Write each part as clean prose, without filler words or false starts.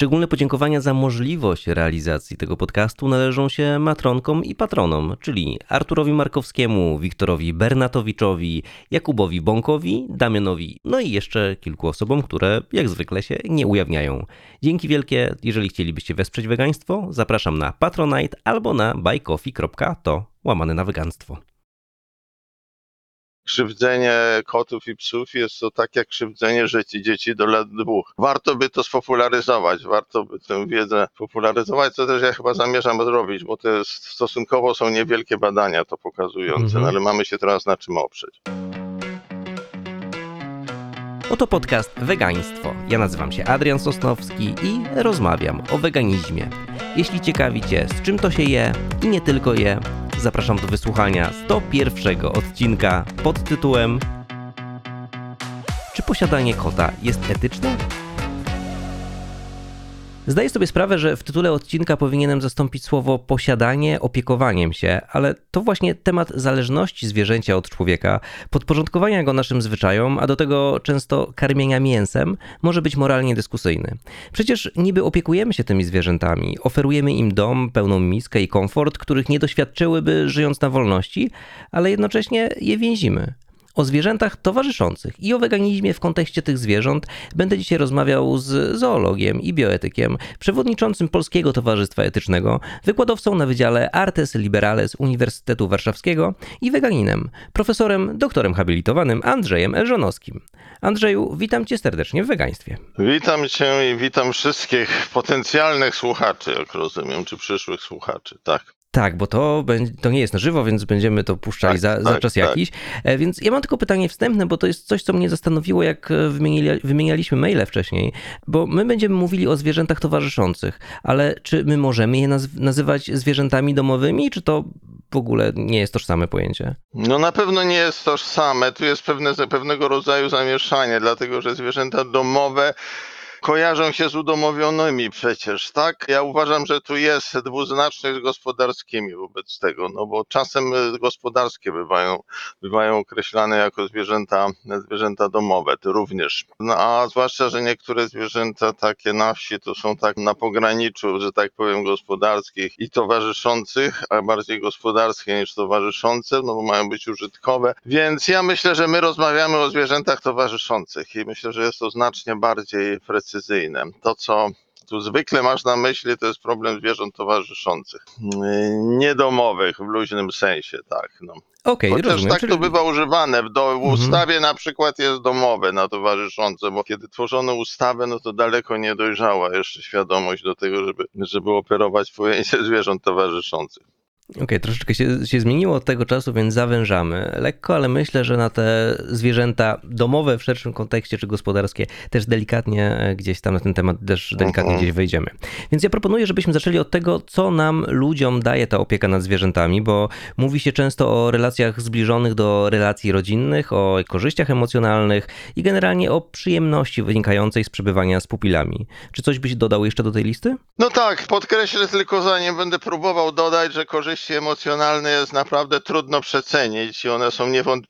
Szczególne podziękowania za możliwość realizacji tego podcastu należą się matronkom i patronom, czyli Arturowi Markowskiemu, Wiktorowi Bernatowiczowi, Jakubowi Bąkowi, Damianowi, no i jeszcze kilku osobom, które jak zwykle się nie ujawniają. Dzięki wielkie. Jeżeli chcielibyście wesprzeć wegaństwo, zapraszam na Patronite albo na buycoffee.to/weganstwo. Krzywdzenie kotów i psów jest to tak jak krzywdzenie dzieci do lat 2. Warto by to spopularyzować, warto by tę wiedzę popularyzować, co też ja chyba zamierzam zrobić, bo to jest stosunkowo są niewielkie badania to pokazujące, no ale mamy się teraz na czym oprzeć. Oto podcast Wegaństwo. Ja nazywam się Adrian Sosnowski i rozmawiam o weganizmie. Jeśli ciekawi Cię, z czym to się je i nie tylko je, zapraszam do wysłuchania 101 odcinka pod tytułem Czy posiadanie kota jest etyczne? Zdaję sobie sprawę, że w tytule odcinka powinienem zastąpić słowo posiadanie opiekowaniem się, ale to właśnie temat zależności zwierzęcia od człowieka, podporządkowania go naszym zwyczajom, a do tego często karmienia mięsem, może być moralnie dyskusyjny. Przecież niby opiekujemy się tymi zwierzętami, oferujemy im dom, pełną miskę i komfort, których nie doświadczyłyby żyjąc na wolności, ale jednocześnie je więzimy. O zwierzętach towarzyszących i o weganizmie w kontekście tych zwierząt będę dzisiaj rozmawiał z zoologiem i bioetykiem, przewodniczącym Polskiego Towarzystwa Etycznego, wykładowcą na Wydziale Artes Liberales Uniwersytetu Warszawskiego i weganinem, profesorem, doktorem habilitowanym Andrzejem Elżonowskim. Andrzeju, witam Cię serdecznie w wegaństwie. Witam Cię i witam wszystkich potencjalnych słuchaczy, jak rozumiem, czy przyszłych słuchaczy, tak. Tak, bo to nie jest na żywo, więc będziemy to puszczali za czas jakiś. Więc ja mam tylko pytanie wstępne, bo to jest coś, co mnie zastanowiło, jak wymienialiśmy maile wcześniej, bo my będziemy mówili o zwierzętach towarzyszących, ale czy my możemy je nazywać zwierzętami domowymi, czy to w ogóle nie jest tożsame pojęcie? No na pewno nie jest tożsame, tu jest pewnego rodzaju zamieszanie, dlatego że zwierzęta domowe kojarzą się z udomowionymi przecież, tak? Ja uważam, że tu jest dwuznaczność z gospodarskimi wobec tego, no bo czasem gospodarskie bywają określane jako zwierzęta domowe, to również. No a zwłaszcza, że niektóre zwierzęta takie na wsi to są tak na pograniczu, że tak powiem, gospodarskich i towarzyszących, a bardziej gospodarskie niż towarzyszące, no bo mają być użytkowe. Więc ja myślę, że my rozmawiamy o zwierzętach towarzyszących i myślę, że jest to znacznie bardziej precyzyjne. To, co tu zwykle masz na myśli, to jest problem zwierząt towarzyszących, niedomowych w luźnym sensie, tak. No. Chociaż rozumiem. tak to bywa używane. W ustawie na przykład jest domowe na towarzyszące, bo kiedy tworzono ustawę, no to daleko nie dojrzała jeszcze świadomość do tego, żeby operować pojęcie zwierząt towarzyszących. Okej, troszeczkę się zmieniło od tego czasu, więc zawężamy lekko, ale myślę, że na te zwierzęta domowe w szerszym kontekście czy gospodarskie też delikatnie gdzieś tam na ten temat też delikatnie gdzieś wejdziemy. Więc ja proponuję, żebyśmy zaczęli od tego, co nam ludziom daje ta opieka nad zwierzętami, bo mówi się często o relacjach zbliżonych do relacji rodzinnych, o korzyściach emocjonalnych i generalnie o przyjemności wynikającej z przebywania z pupilami. Czy coś byś dodał jeszcze do tej listy? No tak, podkreślę tylko, zanim będę próbował dodać, że korzyści emocjonalne jest naprawdę trudno przecenić i one są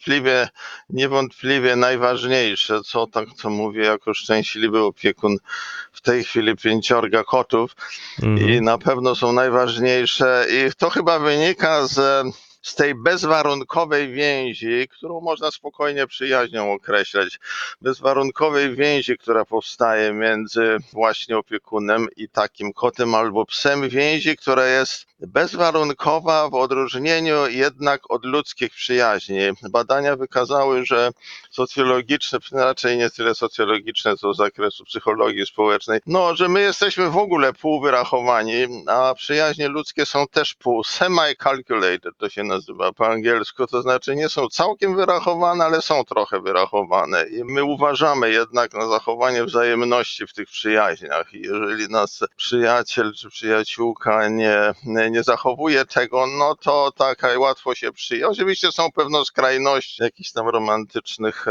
niewątpliwie najważniejsze, co mówię jako szczęśliwy opiekun w tej chwili 5 kotów i na pewno są najważniejsze i to chyba wynika z tej bezwarunkowej więzi, którą można spokojnie przyjaźnią określać, bezwarunkowej więzi, która powstaje między właśnie opiekunem i takim kotem albo psem, więzi, która jest bezwarunkowa w odróżnieniu jednak od ludzkich przyjaźni. Badania wykazały, że socjologiczne, raczej nie tyle socjologiczne, co z zakresu psychologii społecznej, no, że my jesteśmy w ogóle półwyrachowani, a przyjaźnie ludzkie są też semi-calculated, to się nazywa po angielsku, to znaczy nie są całkiem wyrachowane, ale są trochę wyrachowane i my uważamy jednak na zachowanie wzajemności w tych przyjaźniach i jeżeli nas przyjaciel czy przyjaciółka nie zachowuje tego, no to tak łatwo się przyjdzie. Oczywiście są pewne skrajności jakichś tam romantycznych,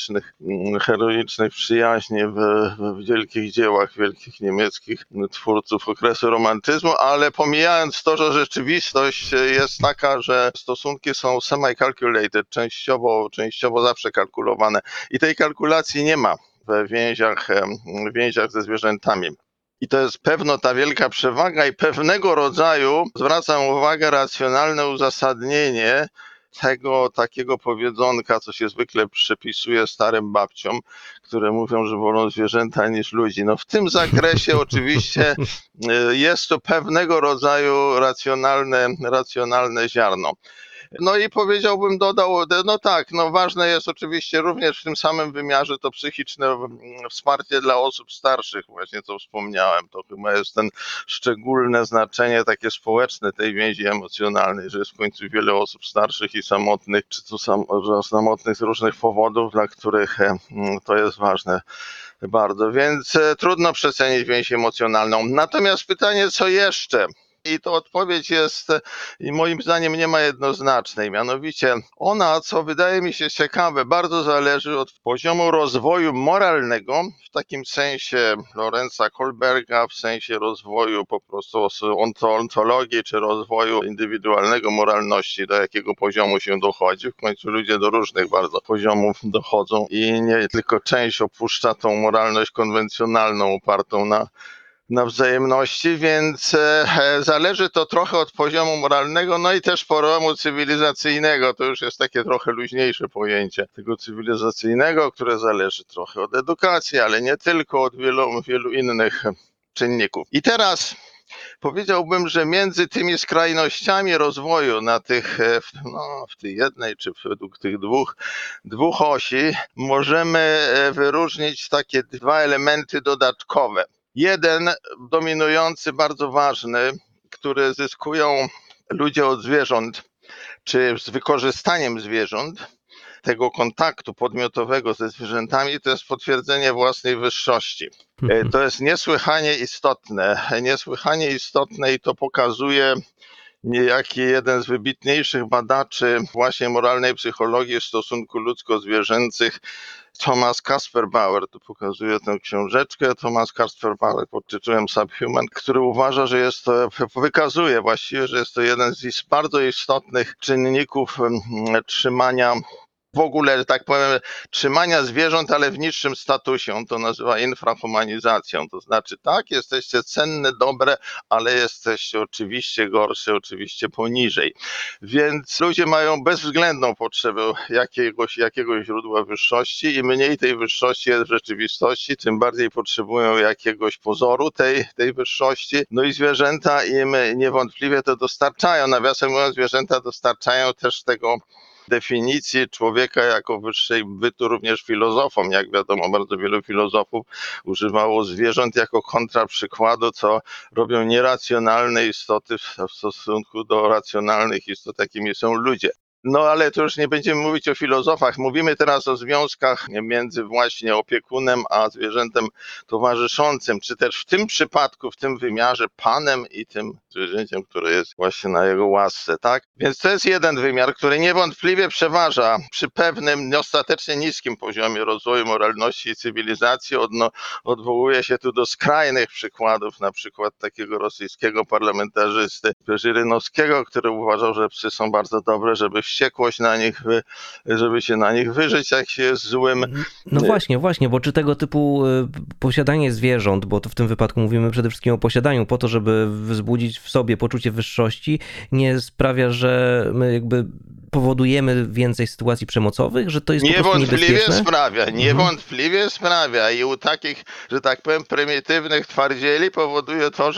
heroicznych przyjaźni w wielkich dziełach wielkich niemieckich twórców okresu romantyzmu, ale pomijając to, że rzeczywistość jest taka, że stosunki są semi-calculated, częściowo zawsze kalkulowane i tej kalkulacji nie ma w więziach ze zwierzętami. I to jest pewno ta wielka przewaga i pewnego rodzaju, zwracam uwagę, racjonalne uzasadnienie tego takiego powiedzonka, co się zwykle przypisuje starym babciom, które mówią, że wolą zwierzęta niż ludzi. No w tym zakresie oczywiście jest to pewnego rodzaju racjonalne ziarno. No i powiedziałbym, dodał, no tak, no ważne jest oczywiście również w tym samym wymiarze to psychiczne wsparcie dla osób starszych, właśnie co wspomniałem. To chyba jest ten szczególne znaczenie takie społeczne tej więzi emocjonalnej, że jest w końcu wiele osób starszych i samotnych, czy to samotnych z różnych powodów, dla których to jest ważne bardzo, więc trudno przecenić więź emocjonalną. Natomiast pytanie, co jeszcze? I to odpowiedź jest, i moim zdaniem nie ma jednoznacznej, mianowicie ona, co wydaje mi się ciekawe, bardzo zależy od poziomu rozwoju moralnego, w takim sensie Lorenza Kohlberga, w sensie rozwoju po prostu ontologii, czy rozwoju indywidualnego moralności, do jakiego poziomu się dochodzi. W końcu ludzie do różnych bardzo poziomów dochodzą i nie tylko część opuszcza tą moralność konwencjonalną, opartą na wzajemności, więc zależy to trochę od poziomu moralnego, no i też poziomu cywilizacyjnego. To już jest takie trochę luźniejsze pojęcie tego cywilizacyjnego, które zależy trochę od edukacji, ale nie tylko, od wielu innych czynników. I teraz powiedziałbym, że między tymi skrajnościami rozwoju na tych, w tej jednej czy według tych dwóch osi możemy wyróżnić takie dwa elementy dodatkowe. Jeden dominujący, bardzo ważny, który zyskują ludzie od zwierząt, czy z wykorzystaniem zwierząt, tego kontaktu podmiotowego ze zwierzętami, to jest potwierdzenie własnej wyższości. To jest niesłychanie istotne i to pokazuje niejaki jeden z wybitniejszych badaczy właśnie moralnej psychologii stosunku ludzko-zwierzęcych, Thomas Kasperbauer, tu pokazuje tę książeczkę, Thomas Kasperbauer pod tytułem Subhuman, który uważa, że jest to, wykazuje właściwie, że jest to jeden z bardzo istotnych czynników trzymania, w ogóle, że tak powiem, trzymania zwierząt, ale w niższym statusie. On to nazywa infrahumanizacją. To znaczy, tak, jesteście cenne, dobre, ale jesteście oczywiście gorsze, oczywiście poniżej. Więc ludzie mają bezwzględną potrzebę jakiegoś źródła wyższości. Im mniej tej wyższości jest w rzeczywistości, tym bardziej potrzebują jakiegoś pozoru tej wyższości. No i zwierzęta im niewątpliwie to dostarczają. Nawiasem mówiąc, zwierzęta dostarczają też tego definicji człowieka jako wyższej bytu również filozofom. Jak wiadomo, bardzo wielu filozofów używało zwierząt jako kontraprzykładu, co robią nieracjonalne istoty w stosunku do racjonalnych istot, jakimi są ludzie. No ale to już nie będziemy mówić o filozofach. Mówimy teraz o związkach między właśnie opiekunem a zwierzętem towarzyszącym, czy też w tym przypadku, w tym wymiarze panem i tym zwierzęciem, które jest właśnie na jego łasce, tak? Więc to jest jeden wymiar, który niewątpliwie przeważa przy pewnym, ostatecznie niskim poziomie rozwoju moralności i cywilizacji. Odwołuje się tu do skrajnych przykładów, na przykład takiego rosyjskiego parlamentarzysty Żyrynowskiego, który uważał, że psy są bardzo dobre, żeby wściekłość na nich, żeby się na nich wyżyć, jak się jest złym. No właśnie, bo czy tego typu posiadanie zwierząt, bo to w tym wypadku mówimy przede wszystkim o posiadaniu, po to, żeby wzbudzić w sobie poczucie wyższości, nie sprawia, że my jakby powodujemy więcej sytuacji przemocowych, że to jest po prostu niebezpieczne? Niewątpliwie sprawia i u takich, że tak powiem, prymitywnych twardzieli powoduje to,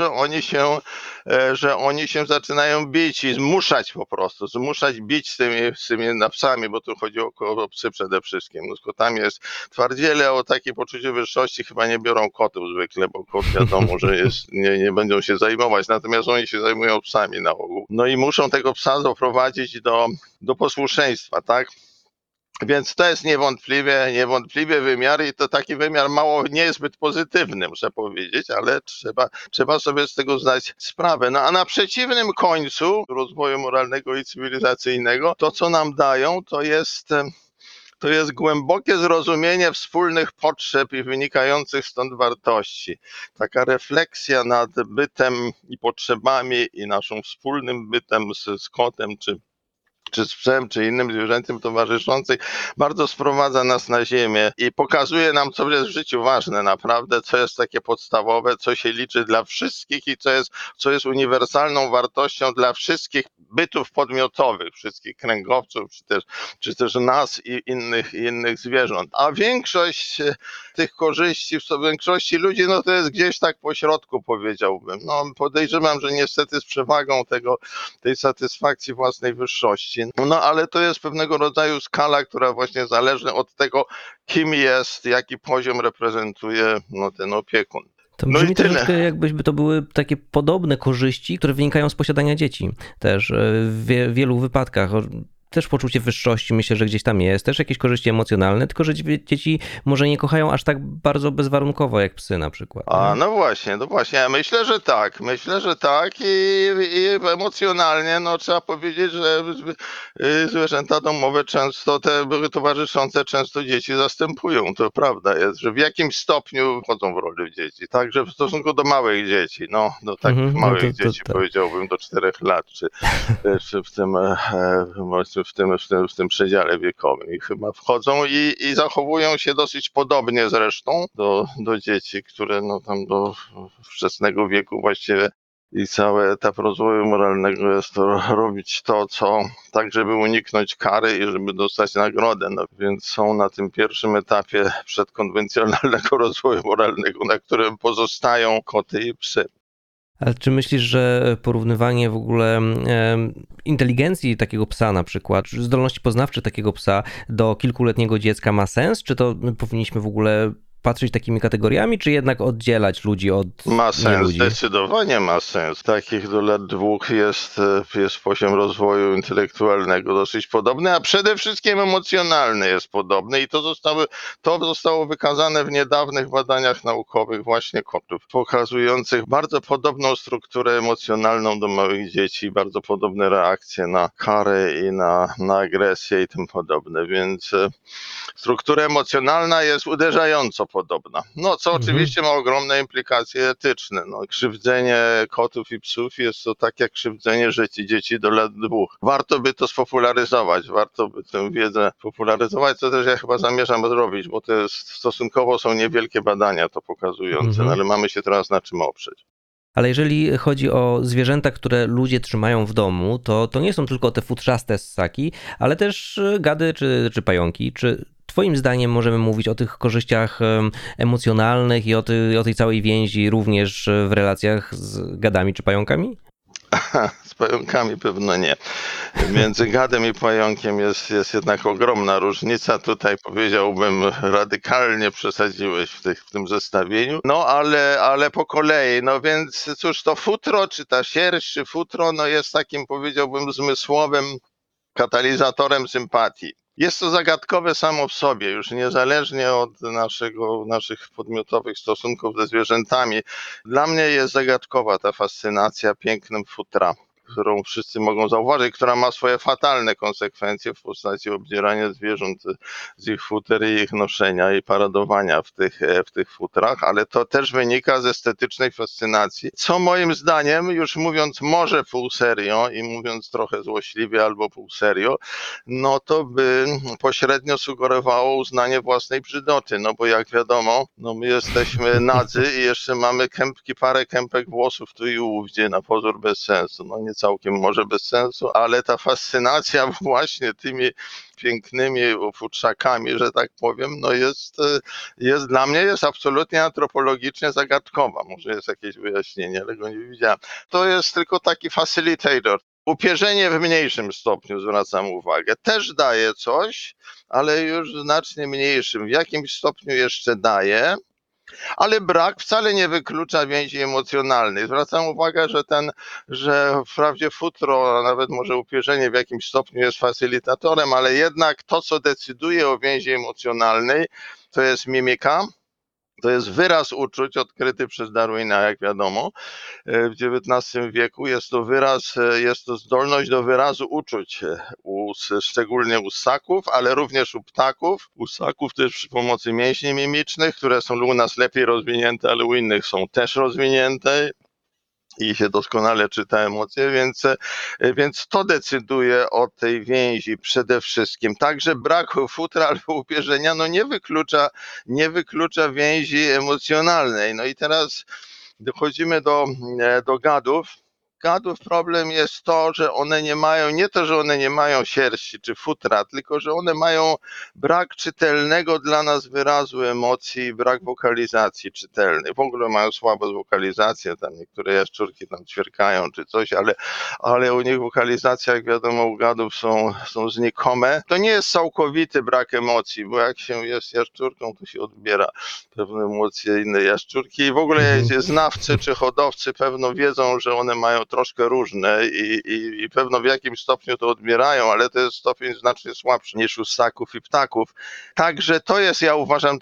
że oni się zaczynają bić i zmuszać bić z tymi psami, bo tu chodzi o psy przede wszystkim. No z kotami jest twardziele, o takie poczucie wyższości chyba nie biorą kotów zwykle, bo kot wiadomo, że nie będą się zajmować, natomiast oni się zajmują psami na ogół. No i muszą tego psa doprowadzić do posłuszeństwa, tak? Więc to jest niewątpliwie wymiar i to taki wymiar niezbyt pozytywny, muszę powiedzieć, ale trzeba sobie z tego zdać sprawę. No a na przeciwnym końcu rozwoju moralnego i cywilizacyjnego to, co nam dają, to jest głębokie zrozumienie wspólnych potrzeb i wynikających stąd wartości. Taka refleksja nad bytem i potrzebami i naszym wspólnym bytem z kotem czy z psem, czy innym zwierzęciem towarzyszącym, bardzo sprowadza nas na ziemię i pokazuje nam, co jest w życiu ważne naprawdę, co jest takie podstawowe, co się liczy dla wszystkich i co jest uniwersalną wartością dla wszystkich bytów podmiotowych, wszystkich kręgowców, czy też nas i innych zwierząt. A większość tych korzyści w większości ludzi, no to jest gdzieś tak po środku, powiedziałbym. No, podejrzewam, że niestety z przewagą tej satysfakcji własnej wyższości. No ale to jest pewnego rodzaju skala, która właśnie zależy od tego, kim jest, jaki poziom reprezentuje ten opiekun. To No i brzmi tyle. troszeczkę jakby to były takie podobne korzyści, które wynikają z posiadania dzieci. Też w wielu wypadkach. Też poczucie wyższości myślę, że gdzieś tam jest. Też jakieś korzyści emocjonalne, tylko że dzieci może nie kochają aż tak bardzo bezwarunkowo jak psy na przykład. A, Nie? no właśnie, ja myślę, że tak i emocjonalnie, no trzeba powiedzieć, że zwierzęta domowe często, te towarzyszące często dzieci zastępują, to prawda jest, że w jakimś stopniu wchodzą w rolę dzieci, także w stosunku do małych dzieci, no do takich No małych dzieci tak. powiedziałbym do 4 lat, czy w tym przedziale wiekowym i chyba wchodzą i zachowują się dosyć podobnie zresztą do dzieci, które no tam do wczesnego wieku właściwie i cały etap rozwoju moralnego jest to robić to, co tak, żeby uniknąć kary i żeby dostać nagrodę. No więc są na tym pierwszym etapie przedkonwencjonalnego rozwoju moralnego, na którym pozostają koty i psy. Ale czy myślisz, że porównywanie w ogóle inteligencji takiego psa na przykład, czy zdolności poznawcze takiego psa do kilkuletniego dziecka ma sens? Czy to powinniśmy w ogóle patrzeć takimi kategoriami, czy jednak oddzielać ludzi od Ma sens, nieludzi? zdecydowanie ma sens. Takich do lat 2 jest poziom rozwoju intelektualnego dosyć podobny, a przede wszystkim emocjonalny jest podobny i to zostało wykazane w niedawnych badaniach naukowych właśnie kotów, pokazujących bardzo podobną strukturę emocjonalną do małych dzieci, bardzo podobne reakcje na karę i na agresję i tym podobne, więc struktura emocjonalna jest uderzająco podobna. No, co Mhm. oczywiście ma ogromne implikacje etyczne. No, krzywdzenie kotów i psów jest to tak jak krzywdzenie dzieci do lat 2. Warto by to spopularyzować, warto by tę wiedzę popularyzować, co też ja chyba zamierzam zrobić, bo to jest stosunkowo są niewielkie badania to pokazujące, no, Mhm. ale mamy się teraz na czym oprzeć. Ale jeżeli chodzi o zwierzęta, które ludzie trzymają w domu, to nie są tylko te futrzaste ssaki, ale też gady czy pająki. Czy twoim zdaniem możemy mówić o tych korzyściach emocjonalnych i o tej całej więzi również w relacjach z gadami czy pająkami? Z pająkami pewno nie. Między gadem i pająkiem jest jednak ogromna różnica. Tutaj powiedziałbym, radykalnie przesadziłeś w tym zestawieniu. No ale po kolei. No więc cóż, to futro, czy ta sierść, czy futro, no jest takim, powiedziałbym, zmysłowym katalizatorem sympatii. Jest to zagadkowe samo w sobie, już niezależnie od naszych podmiotowych stosunków ze zwierzętami. Dla mnie jest zagadkowa ta fascynacja pięknem futra, którą wszyscy mogą zauważyć, która ma swoje fatalne konsekwencje w postaci obdzierania zwierząt z ich futer i ich noszenia i paradowania w tych futrach, ale to też wynika z estetycznej fascynacji, co moim zdaniem, już mówiąc może pół serio i mówiąc trochę złośliwie albo pół serio, no to by pośrednio sugerowało uznanie własnej brzydoty, no bo jak wiadomo, no my jesteśmy nadzy i jeszcze mamy parę kępek włosów tu i ówdzie, na pozór bez sensu, no nie całkiem może bez sensu, ale ta fascynacja właśnie tymi pięknymi futrzakami, że tak powiem, no jest dla mnie jest absolutnie antropologicznie zagadkowa. Może jest jakieś wyjaśnienie, ale go nie widziałem. To jest tylko taki facilitator. Upierzenie w mniejszym stopniu, zwracam uwagę, też daje coś, ale już w znacznie mniejszym. W jakimś stopniu jeszcze daje, ale brak wcale nie wyklucza więzi emocjonalnej. Zwracam uwagę, że wprawdzie futro, a nawet może upierzenie w jakimś stopniu jest facylitatorem, ale jednak to, co decyduje o więzi emocjonalnej, to jest mimika. To jest wyraz uczuć odkryty przez Darwina, jak wiadomo, w XIX wieku. Jest to zdolność do wyrazu uczuć, szczególnie u ssaków, ale również u ptaków. U ssaków też przy pomocy mięśni mimicznych, które są u nas lepiej rozwinięte, ale u innych są też rozwinięte. i się doskonale czyta emocje, więc to decyduje o tej więzi przede wszystkim. Także brak futra albo upierzenia nie wyklucza więzi emocjonalnej. No i teraz dochodzimy do gadów. Gadów problem jest to, że one nie mają, nie to, że one nie mają sierści czy futra, tylko że one mają brak czytelnego dla nas wyrazu emocji, brak wokalizacji czytelnej. W ogóle mają słabą wokalizację, tam niektóre jaszczurki tam ćwierkają czy coś, ale u nich wokalizacja, jak wiadomo, u gadów są znikome. To nie jest całkowity brak emocji, bo jak się jest jaszczurką, to się odbiera pewne emocje inne jaszczurki i w ogóle znawcy czy hodowcy pewno wiedzą, że one mają troszkę różne i pewno w jakimś stopniu to odbierają, ale to jest stopień znacznie słabszy niż u ssaków i ptaków. Także to jest, ja uważam,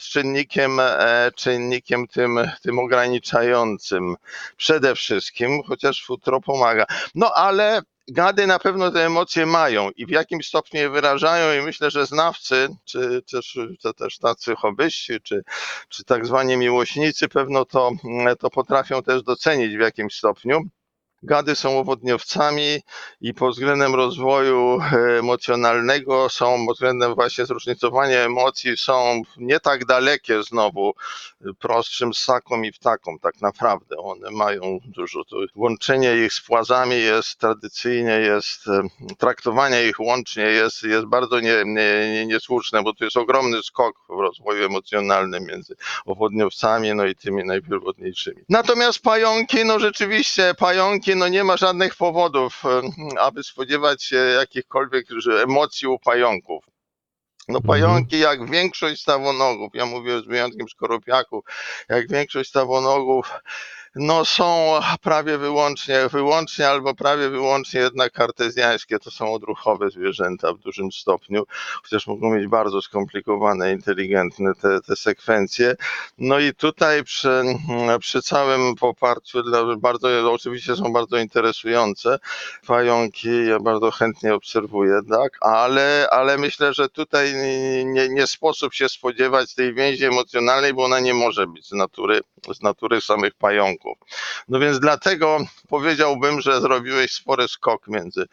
czynnikiem tym ograniczającym przede wszystkim, chociaż futro pomaga. No ale gady na pewno te emocje mają i w jakim stopniu je wyrażają i myślę, że znawcy, czy też tacy hobbyści, czy tak zwani miłośnicy pewno to potrafią też docenić w jakimś stopniu. Gady są owodniowcami i pod względem rozwoju emocjonalnego pod względem właśnie zróżnicowania emocji są nie tak dalekie znowu prostszym ssakom i ptakom tak naprawdę. One mają dużo, to łączenie ich z płazami jest tradycyjnie, traktowanie ich łącznie jest bardzo niesłuszne, bo to jest ogromny skok w rozwoju emocjonalnym między owodniowcami, no i tymi najpierwotniejszymi. Natomiast pająki, no rzeczywiście, no nie ma żadnych powodów, aby spodziewać się jakichkolwiek emocji u pająków. No pająki, jak większość stawonogów, ja mówię z wyjątkiem skorupiaków, jak większość stawonogów, no są prawie wyłącznie albo prawie wyłącznie jednak kartezjańskie, to są odruchowe zwierzęta w dużym stopniu, chociaż mogą mieć bardzo skomplikowane, inteligentne te sekwencje. No i tutaj przy całym poparciu, oczywiście są bardzo interesujące pająki, ja bardzo chętnie obserwuję, tak, ale myślę, że tutaj nie sposób się spodziewać tej więzi emocjonalnej, bo ona nie może być z natury samych pająków. No więc dlatego powiedziałbym, że zrobiłeś spory skok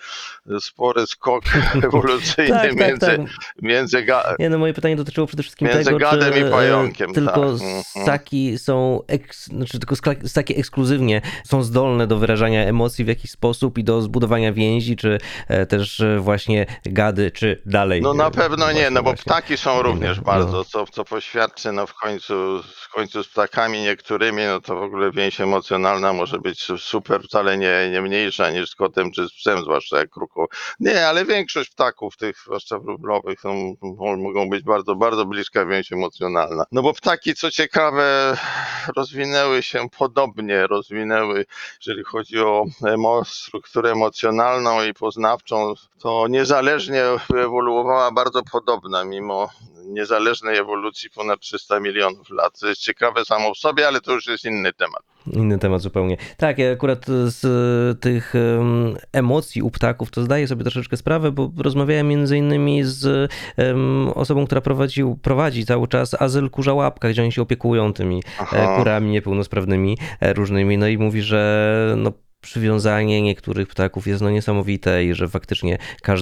ewolucyjny Tak. Nie, no moje pytanie dotyczyło przede wszystkim między tego, gadem czy i pająkiem, tylko tak. ssaki są, tylko ssaki ekskluzywnie są zdolne do wyrażania emocji w jakiś sposób i do zbudowania więzi, czy też właśnie gady, czy dalej? No na pewno nie, no bo właśnie ptaki są również inne, bardzo, co poświadczy, no w końcu z ptakami niektórymi, no to w ogóle więź emocjonalna może być super, wcale nie mniejsza niż z kotem czy z psem, zwłaszcza jak kruku. Nie, ale większość ptaków, tych zwłaszcza wróblowych, mogą być bardzo, bardzo bliska więź emocjonalna. No bo ptaki, co ciekawe, rozwinęły się podobnie, jeżeli chodzi o strukturę emocjonalną i poznawczą, to niezależnie wyewoluowała bardzo podobna, mimo niezależnej ewolucji ponad 300 milionów lat. To jest ciekawe samo w sobie, ale to już jest inny temat. Inny temat zupełnie. Tak, ja akurat z tych emocji u ptaków to zdaję sobie troszeczkę sprawę, bo rozmawiałem między innymi z osobą, która prowadzi cały czas azyl Kurza Łapka, gdzie oni się opiekują tymi kurami niepełnosprawnymi różnymi, no i mówi, że no przywiązanie niektórych ptaków jest no niesamowite i że faktycznie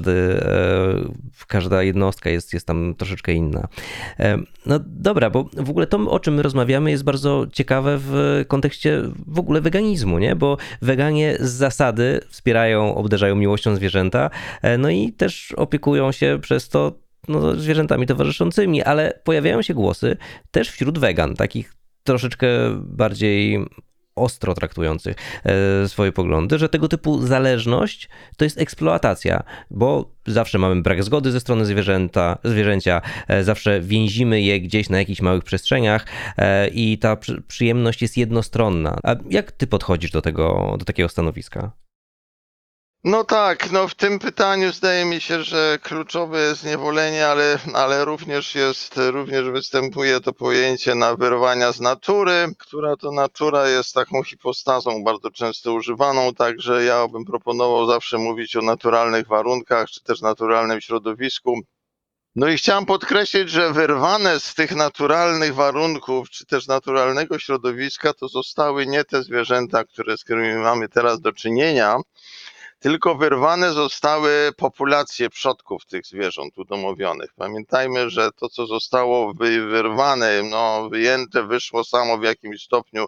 każda jednostka jest tam troszeczkę inna. No dobra, bo w ogóle to, o czym my rozmawiamy, jest bardzo ciekawe w kontekście w ogóle weganizmu, nie? Bo weganie z zasady wspierają, obdarzają miłością zwierzęta, no i też opiekują się przez to zwierzętami towarzyszącymi, ale pojawiają się głosy też wśród wegan, takich troszeczkę bardziej ostro traktujących swoje poglądy, że tego typu zależność to jest eksploatacja, bo zawsze mamy brak zgody ze strony zwierzęcia, zawsze więzimy je gdzieś na jakichś małych przestrzeniach i ta przyjemność jest jednostronna. A jak ty podchodzisz do takiego stanowiska? No tak, no w tym pytaniu zdaje mi się, że kluczowe jest niewolenie, ale również występuje to pojęcie wyrwania z natury, która to natura jest taką hipostazą bardzo często używaną, także ja bym proponował zawsze mówić o naturalnych warunkach, czy też naturalnym środowisku. No i chciałem podkreślić, że wyrwane z tych naturalnych warunków, czy też naturalnego środowiska, to zostały nie te zwierzęta, z którymi mamy teraz do czynienia, tylko wyrwane zostały populacje przodków tych zwierząt udomowionych. Pamiętajmy, że to, co zostało wyrwane, no, wyjęte, wyszło samo w jakimś stopniu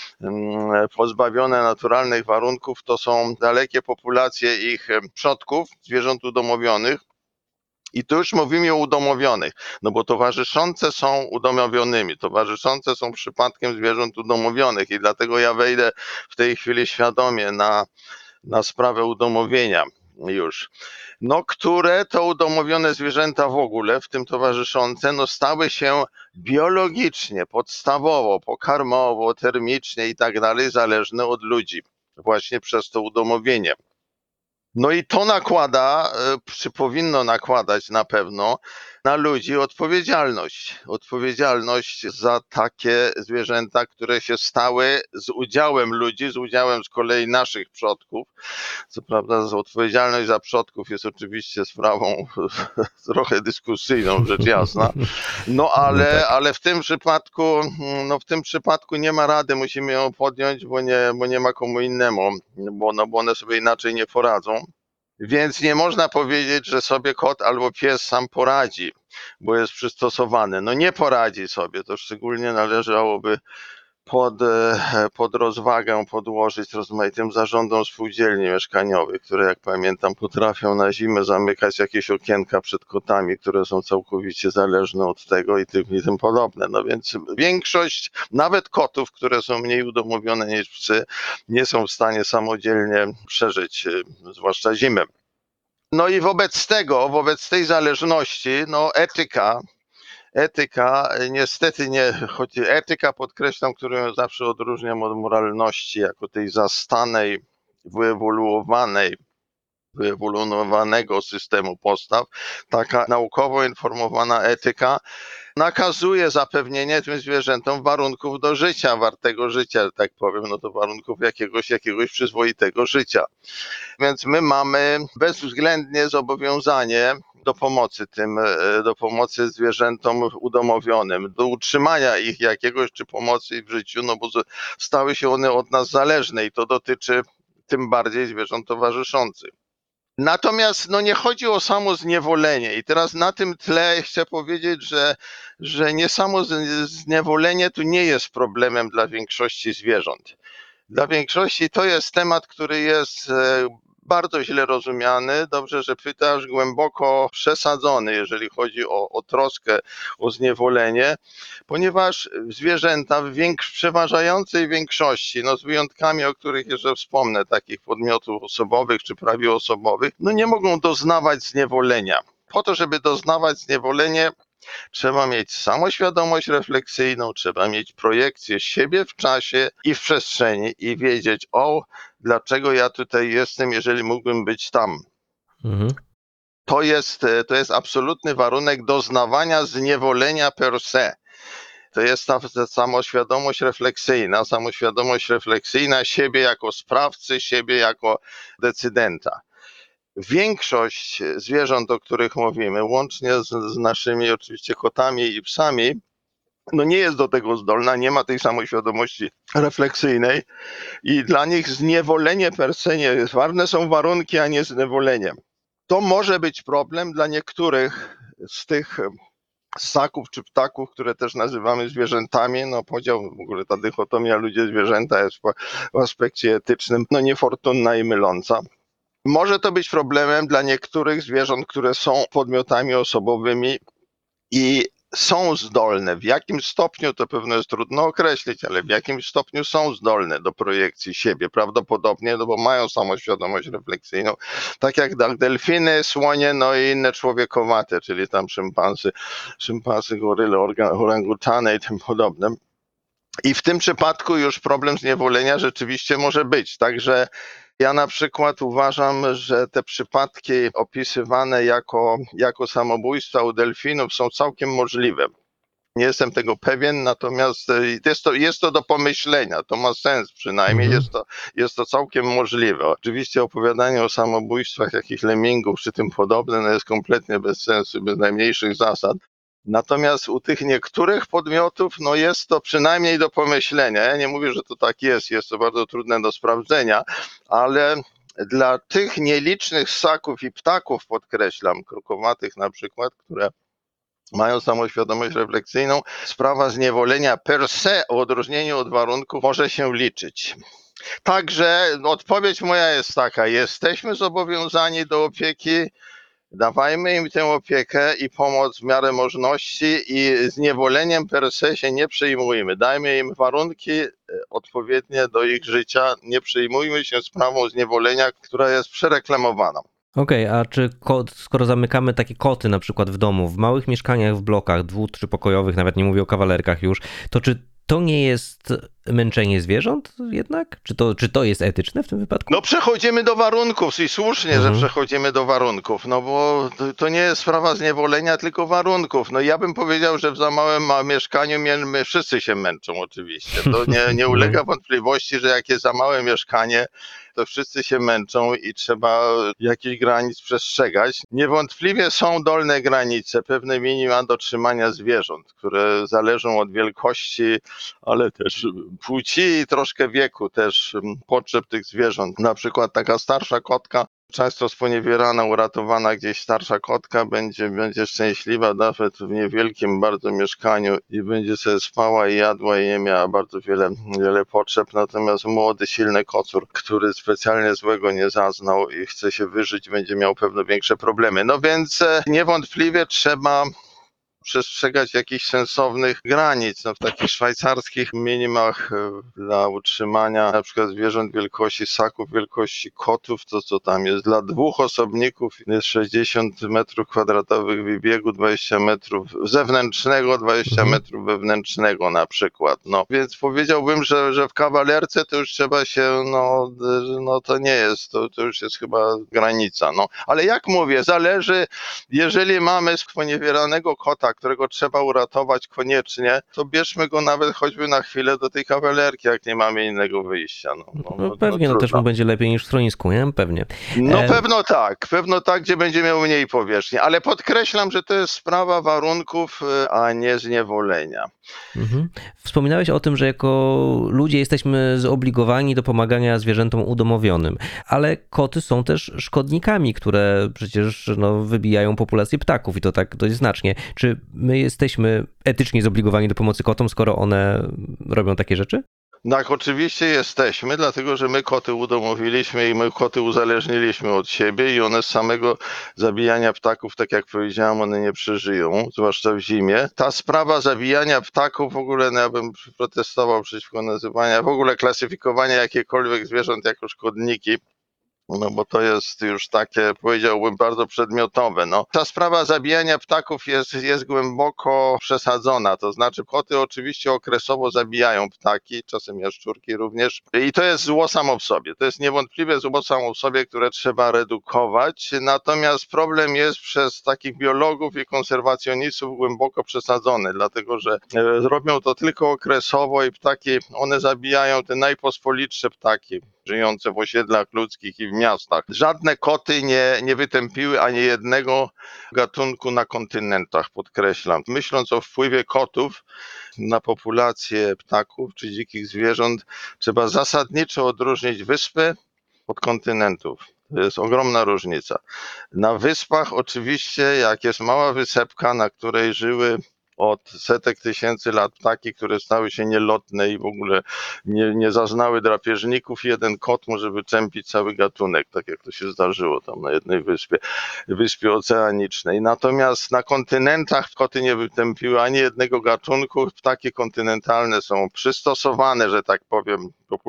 pozbawione naturalnych warunków, to są dalekie populacje ich przodków, zwierząt udomowionych. I tu już mówimy o udomowionych, no bo towarzyszące są udomowionymi, towarzyszące są przypadkiem zwierząt udomowionych i dlatego ja wejdę w tej chwili świadomie na sprawę udomowienia już. No, które to udomowione zwierzęta w ogóle, w tym towarzyszące, no stały się biologicznie, podstawowo, pokarmowo, termicznie i tak dalej, zależne od ludzi właśnie przez to udomowienie. No i to nakłada, czy powinno nakładać na pewno na ludzi odpowiedzialność. Odpowiedzialność za takie zwierzęta, które się stały z udziałem ludzi, z udziałem z kolei naszych przodków. Co prawda odpowiedzialność za przodków jest oczywiście sprawą trochę dyskusyjną, rzecz jasna. No No ale, tak. ale w tym przypadku, no w tym przypadku nie ma rady, musimy ją podjąć, bo nie ma komu innemu, bo one sobie inaczej nie poradzą. Więc nie można powiedzieć, że sobie kot albo pies sam poradzi, bo jest przystosowany. No nie poradzi sobie, to szczególnie należałoby pod rozwagę podłożyć rozmaitym zarządom spółdzielni mieszkaniowych, które jak pamiętam potrafią na zimę zamykać jakieś okienka przed kotami, które są całkowicie zależne od tego i tym podobne. No więc większość, nawet kotów, które są mniej udomowione niż psy, nie są w stanie samodzielnie przeżyć, zwłaszcza zimę. No i wobec tej zależności, no etyka niestety nie, choć etyka podkreślam, którą ja zawsze odróżniam od moralności, jako tej zastanej, wyewoluowanej, wyewoluowanego systemu postaw, taka naukowo informowana etyka nakazuje zapewnienie tym zwierzętom warunków do życia, wartego życia, że tak powiem, no to warunków jakiegoś przyzwoitego życia. Więc my mamy bezwzględnie zobowiązanie do pomocy zwierzętom udomowionym, do utrzymania ich jakiegoś czy pomocy w życiu, no bo stały się one od nas zależne i to dotyczy tym bardziej zwierząt towarzyszących. Natomiast no nie chodzi o samo zniewolenie i teraz na tym tle chcę powiedzieć, że nie samo zniewolenie tu nie jest problemem dla większości zwierząt. Dla większości to jest temat, który jest bardzo źle rozumiany. Dobrze, że pytasz, głęboko przesadzony, jeżeli chodzi o troskę o zniewolenie, ponieważ zwierzęta w przeważającej większości, no z wyjątkami, o których jeszcze wspomnę, takich podmiotów osobowych czy prawie osobowych, no nie mogą doznawać zniewolenia. Po to, żeby doznawać zniewolenie, trzeba mieć samoświadomość refleksyjną, trzeba mieć projekcję siebie w czasie i w przestrzeni i wiedzieć, dlaczego ja tutaj jestem, jeżeli mógłbym być tam. Mhm. To jest absolutny warunek doznawania zniewolenia per se. To jest ta samoświadomość refleksyjna siebie jako sprawcy, siebie jako decydenta. Większość zwierząt, o których mówimy, łącznie z naszymi oczywiście kotami i psami, no nie jest do tego zdolna, nie ma tej samoświadomości refleksyjnej i dla nich zniewolenie per se nie jest. Ważne są warunki, a nie zniewolenie. To może być problem dla niektórych z tych ssaków czy ptaków, które też nazywamy zwierzętami. No podział, w ogóle ta dychotomia ludzie-zwierzęta jest w aspekcie etycznym no niefortunna i myląca. Może to być problemem dla niektórych zwierząt, które są podmiotami osobowymi i są zdolne. W jakim stopniu to pewno jest trudno określić, ale w jakim stopniu są zdolne do projekcji siebie? Prawdopodobnie, no bo mają samoświadomość refleksyjną, tak jak delfiny, słonie, no i inne człowiekowate, czyli tam szympansy, goryle, orangutany i tym podobne. I w tym przypadku już problem zniewolenia rzeczywiście może być. Także ja na przykład uważam, że te przypadki opisywane jako samobójstwa u delfinów są całkiem możliwe. Nie jestem tego pewien, natomiast jest to do pomyślenia, to ma sens przynajmniej, Mhm. jest to całkiem możliwe. Oczywiście opowiadanie o samobójstwach jakichś lemmingów czy tym podobne no jest kompletnie bez sensu, bez najmniejszych zasad. Natomiast u tych niektórych podmiotów no jest to przynajmniej do pomyślenia. Ja nie mówię, że to tak jest to bardzo trudne do sprawdzenia, ale dla tych nielicznych ssaków i ptaków, podkreślam, krukowatych na przykład, które mają samoświadomość refleksyjną, sprawa zniewolenia per se, w odróżnieniu od warunków, może się liczyć. Także odpowiedź moja jest taka: jesteśmy zobowiązani do opieki, dawajmy im tę opiekę i pomoc w miarę możliwości i zniewoleniem per se się nie przejmujmy. Dajmy im warunki odpowiednie do ich życia, nie przejmujmy się sprawą zniewolenia, która jest przereklamowana. Okej, a czy skoro zamykamy takie koty na przykład w domu, w małych mieszkaniach, w blokach 2-3-pokojowych, nawet nie mówię o kawalerkach już, to czy to nie jest męczenie zwierząt jednak? Czy to jest etyczne w tym wypadku? No przechodzimy do warunków i słusznie, że przechodzimy do warunków, no bo to nie jest sprawa zniewolenia, tylko warunków. No ja bym powiedział, że w za małym mieszkaniu my wszyscy się męczą oczywiście. To nie No. ulega wątpliwości, że jak jest za małe mieszkanie, to wszyscy się męczą i trzeba jakichś granic przestrzegać. Niewątpliwie są dolne granice, pewne minima do trzymania zwierząt, które zależą od wielkości, ale też płci i troszkę wieku, też potrzeb tych zwierząt. Na przykład taka starsza kotka, często sponiewierana, uratowana gdzieś starsza kotka będzie szczęśliwa nawet w niewielkim bardzo mieszkaniu i będzie sobie spała i jadła i nie miała bardzo wiele potrzeb. Natomiast młody, silny kocur, który specjalnie złego nie zaznał i chce się wyżyć, będzie miał pewno większe problemy. No więc niewątpliwie trzeba przestrzegać jakichś sensownych granic, no w takich szwajcarskich minimach dla utrzymania na przykład zwierząt wielkości ssaków, wielkości kotów, to co tam jest dla 2 osobników jest 60 metrów kwadratowych wybiegu, 20 metrów zewnętrznego, 20 metrów wewnętrznego na przykład. No więc powiedziałbym, że w kawalerce to już trzeba się, no to nie jest, to już jest chyba granica. No ale jak mówię, zależy, jeżeli mamy sponiewieranego kota, którego trzeba uratować koniecznie, to bierzmy go nawet choćby na chwilę do tej kawalerki, jak nie mamy innego wyjścia. No pewnie, no też mu Trudno. będzie lepiej niż w schronisku, nie? Pewnie. No pewno tak, gdzie będzie miał mniej powierzchni, ale podkreślam, że to jest sprawa warunków, a nie zniewolenia. Mhm. Wspominałeś o tym, że jako ludzie jesteśmy zobligowani do pomagania zwierzętom udomowionym, ale koty są też szkodnikami, które przecież wybijają populację ptaków i to tak dość znacznie. Czy my jesteśmy etycznie zobligowani do pomocy kotom, skoro one robią takie rzeczy? Tak, oczywiście jesteśmy, dlatego że my koty udomowiliśmy i my koty uzależniliśmy od siebie i one z samego zabijania ptaków, tak jak powiedziałem, one nie przeżyją, zwłaszcza w zimie. Ta sprawa zabijania ptaków, w ogóle ja bym protestował przeciwko nazywania, w ogóle klasyfikowania jakiekolwiek zwierząt jako szkodniki. No bo to jest już takie, powiedziałbym, bardzo przedmiotowe. No, ta sprawa zabijania ptaków jest głęboko przesadzona, to znaczy koty oczywiście okresowo zabijają ptaki, czasem jaszczurki również i to jest zło samo w sobie. To jest niewątpliwie zło samo w sobie, które trzeba redukować, natomiast problem jest przez takich biologów i konserwacjonistów głęboko przesadzony, dlatego że robią to tylko okresowo i ptaki, one zabijają te najpospolitsze ptaki żyjące w osiedlach ludzkich i w miastach. Żadne koty nie wytępiły ani jednego gatunku na kontynentach, podkreślam. Myśląc o wpływie kotów na populację ptaków czy dzikich zwierząt, trzeba zasadniczo odróżnić wyspy od kontynentów. To jest ogromna różnica. Na wyspach oczywiście, jak jest mała wysepka, na której żyły od setek tysięcy lat ptaki, które stały się nielotne i w ogóle nie zaznały drapieżników, jeden kot może wytępić cały gatunek, tak jak to się zdarzyło tam na jednej wyspie oceanicznej. Natomiast na kontynentach koty nie wytępiły ani jednego gatunku. Ptaki kontynentalne są przystosowane, że tak powiem,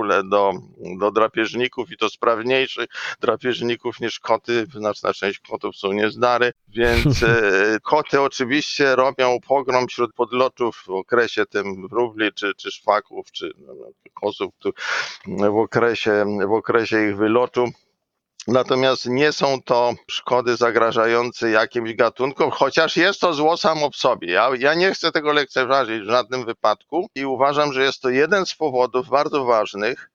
do drapieżników i to sprawniejszych drapieżników niż koty. Znaczna część kotów są niezdary, więc koty oczywiście robią pogrom wśród podlotów w okresie tym wróbli, czy szwaków, czy kosów w okresie ich wylotu. Natomiast nie są to szkody zagrażające jakimś gatunkom, chociaż jest to zło samo w sobie. Ja nie chcę tego lekceważyć w żadnym wypadku i uważam, że jest to jeden z powodów bardzo ważnych,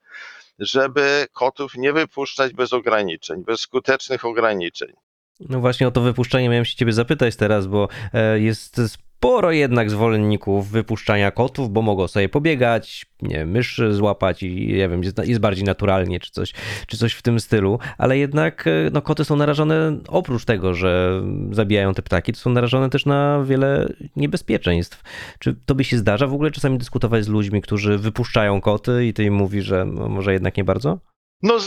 żeby kotów nie wypuszczać bez ograniczeń, bez skutecznych ograniczeń. No właśnie o to wypuszczenie miałem się ciebie zapytać teraz, bo jest sporo jednak zwolenników wypuszczania kotów, bo mogą sobie pobiegać, nie wiem, mysz złapać i nie wiem, jest bardziej naturalnie czy coś w tym stylu, ale jednak no, koty są narażone, oprócz tego, że zabijają te ptaki, to są narażone też na wiele niebezpieczeństw. Czy tobie się zdarza w ogóle czasami dyskutować z ludźmi, którzy wypuszczają koty i ty im mówisz, że no, może jednak nie bardzo? No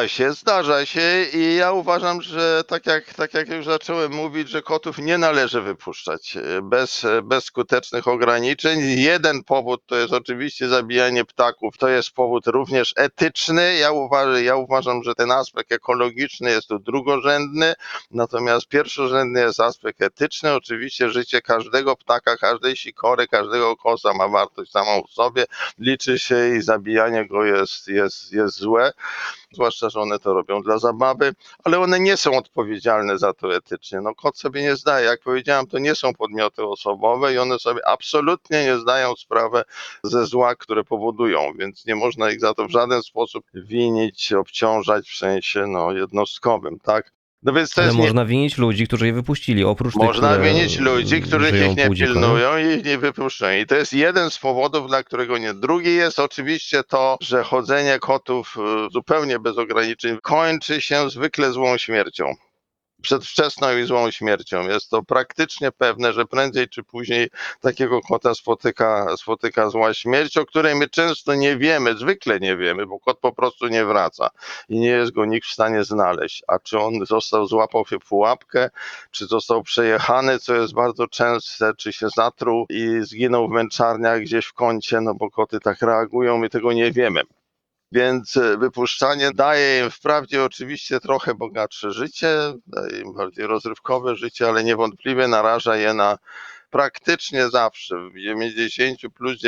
zdarza się i ja uważam, że tak jak już zacząłem mówić, że kotów nie należy wypuszczać bez skutecznych ograniczeń. Jeden powód to jest oczywiście zabijanie ptaków, to jest powód również etyczny. Ja uważam, że ten aspekt ekologiczny jest tu drugorzędny, natomiast pierwszorzędny jest aspekt etyczny. Oczywiście życie każdego ptaka, każdej sikory, każdego koza ma wartość samą w sobie, liczy się i zabijanie go jest złe. Zwłaszcza, że one to robią dla zabawy, ale one nie są odpowiedzialne za to etycznie. No kot sobie nie zdaje, jak powiedziałem, to nie są podmioty osobowe i one sobie absolutnie nie zdają sprawy ze zła, które powodują, więc nie można ich za to w żaden sposób winić, obciążać w sensie jednostkowym, tak? No więc to Ale jest nie, można winić ludzi, którzy je wypuścili, oprócz tych, można które winić ludzi, których ich żyją nie pół dziko, nie? pilnują i ich nie wypuszczają. I to jest jeden z powodów, dla którego nie. Drugi jest oczywiście to, że chodzenie kotów zupełnie bez ograniczeń kończy się zwykle złą śmiercią. Przedwczesną i złą śmiercią. Jest to praktycznie pewne, że prędzej czy później takiego kota spotyka zła śmierć, o której my często nie wiemy, zwykle nie wiemy, bo kot po prostu nie wraca i nie jest go nikt w stanie znaleźć. A czy on złapał się w pułapkę, czy został przejechany, co jest bardzo częste, czy się zatruł i zginął w męczarniach gdzieś w kącie, no bo koty tak reagują, my tego nie wiemy. Więc wypuszczanie daje im wprawdzie oczywiście trochę bogatsze życie, daje im bardziej rozrywkowe życie, ale niewątpliwie naraża je na praktycznie zawsze, w 90 plus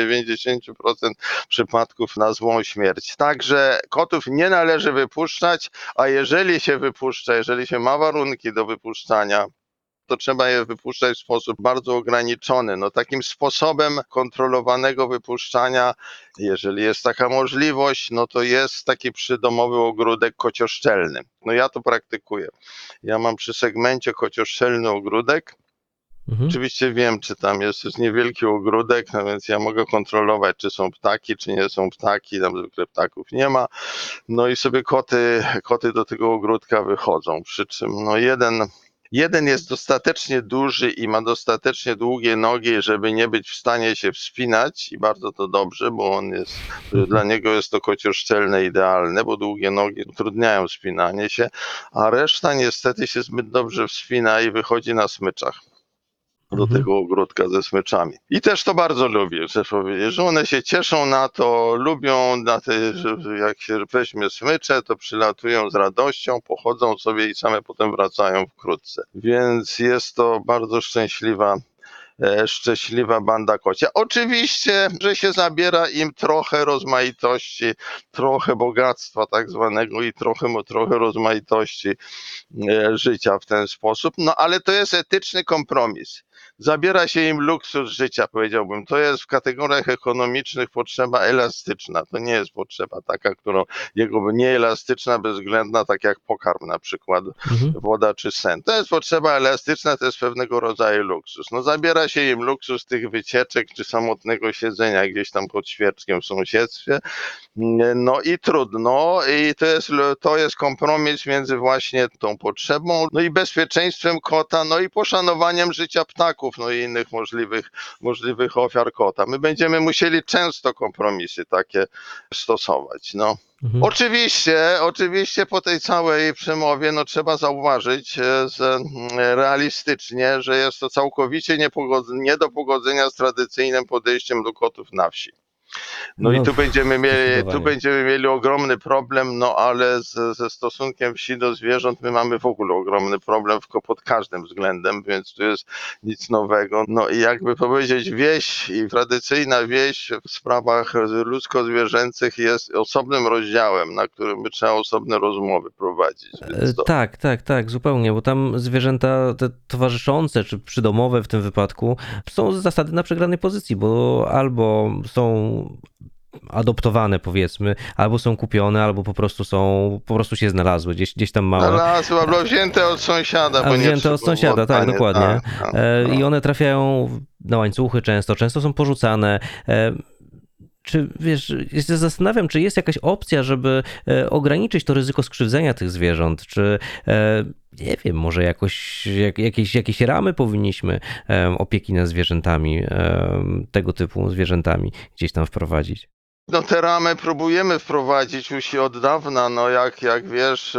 90% przypadków na złą śmierć. Także kotów nie należy wypuszczać, a jeżeli się wypuszcza, jeżeli się ma warunki do wypuszczania, to trzeba je wypuszczać w sposób bardzo ograniczony. No, takim sposobem kontrolowanego wypuszczania, jeżeli jest taka możliwość, no to jest taki przydomowy ogródek kocioszczelny. No ja to praktykuję. Ja mam przy segmencie kocioszczelny ogródek. Mhm. Oczywiście wiem, czy tam jest niewielki ogródek, no więc ja mogę kontrolować, czy są ptaki, czy nie są ptaki. Tam zwykle ptaków nie ma. No i sobie koty do tego ogródka wychodzą. Przy czym jeden jest dostatecznie duży i ma dostatecznie długie nogi, żeby nie być w stanie się wspinać i bardzo to dobrze, bo dla niego jest to kocioszczelne idealne, bo długie nogi utrudniają wspinanie się, a reszta niestety się zbyt dobrze wspina i wychodzi na smyczach do Mhm. tego ogródka ze smyczami. I też to bardzo lubię, chcę powiedzieć, że one się cieszą na to, lubią że jak się weźmie smycze, to przylatują z radością, pochodzą sobie i same potem wracają wkrótce. Więc jest to bardzo szczęśliwa banda kocia. Oczywiście, że się zabiera im trochę rozmaitości, trochę bogactwa tak zwanego i trochę rozmaitości życia w ten sposób, no ale to jest etyczny kompromis. Zabiera się im luksus życia, powiedziałbym. To jest w kategoriach ekonomicznych potrzeba elastyczna. To nie jest potrzeba taka, nieelastyczna, bezwzględna, tak jak pokarm na przykład, Mhm. woda czy sen. To jest potrzeba elastyczna, to jest pewnego rodzaju luksus. No zabiera się im luksus tych wycieczek czy samotnego siedzenia gdzieś tam pod świerczkiem w sąsiedztwie, no i trudno, i to jest kompromis między właśnie tą potrzebą, no i bezpieczeństwem kota, no i poszanowaniem życia ptaków, no i innych możliwych ofiar kota. My będziemy musieli często kompromisy takie stosować, no. Mhm. Oczywiście po tej całej przemowie no trzeba zauważyć realistycznie, że jest to całkowicie nie do pogodzenia z tradycyjnym podejściem do kotów na wsi. No i No, tu zdecydowanie. będziemy mieli ogromny problem, no ale ze stosunkiem wsi do zwierząt my mamy w ogóle ogromny problem pod każdym względem, więc tu jest nic nowego. No i jakby powiedzieć, wieś i tradycyjna wieś w sprawach ludzko-zwierzęcych jest osobnym rozdziałem, na którym by trzeba osobne rozmowy prowadzić, więc to. Tak, tak, tak, zupełnie, bo tam zwierzęta te towarzyszące czy przydomowe w tym wypadku są z zasady na przegranej pozycji, bo albo są adoptowane powiedzmy, albo są kupione, albo po prostu się znalazły, gdzieś tam małe, Znalazła, albo wzięte od sąsiada, a bo nie wzięte od przybyło sąsiada, tak, oddanie. dokładnie. Tak, tak, I no. one trafiają na łańcuchy często są porzucane. Czy wiesz, ja się zastanawiam, czy jest jakaś opcja, żeby ograniczyć to ryzyko skrzywdzenia tych zwierząt, czy nie wiem, może jakieś ramy powinniśmy opieki nad zwierzętami, tego typu zwierzętami gdzieś tam wprowadzić. No te ramy próbujemy wprowadzić już od dawna, no jak wiesz,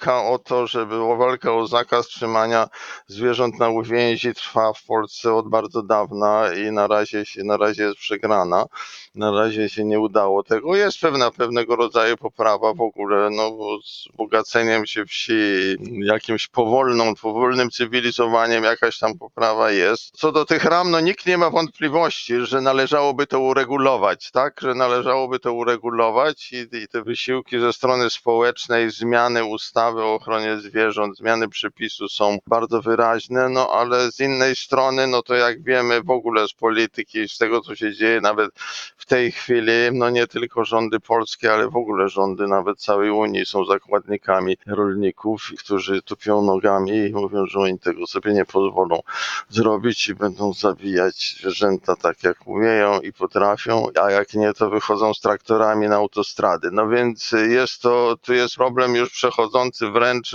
walka o zakaz trzymania zwierząt na uwięzi trwa w Polsce od bardzo dawna i na razie jest przegrana. Na razie się nie udało tego. Jest pewnego rodzaju poprawa w ogóle, no bo z bogaceniem się wsi, jakimś powolnym cywilizowaniem jakaś tam poprawa jest. Co do tych ram, no nikt nie ma wątpliwości, że należałoby to uregulować, tak? Że należałoby to uregulować i te wysiłki ze strony społecznej, zmiany ustawy o ochronie zwierząt, zmiany przepisu są bardzo wyraźne, no ale z innej strony, no to jak wiemy w ogóle z polityki, z tego co się dzieje nawet w tej chwili, no nie tylko rządy polskie, ale w ogóle rządy nawet całej Unii są zakładnikami rolników, którzy tupią nogami i mówią, że oni tego sobie nie pozwolą zrobić i będą zabijać zwierzęta tak jak umieją i potrafią, a jak nie, to wychodzą z traktorami na autostrady. No więc tu jest problem już przechodzący wręcz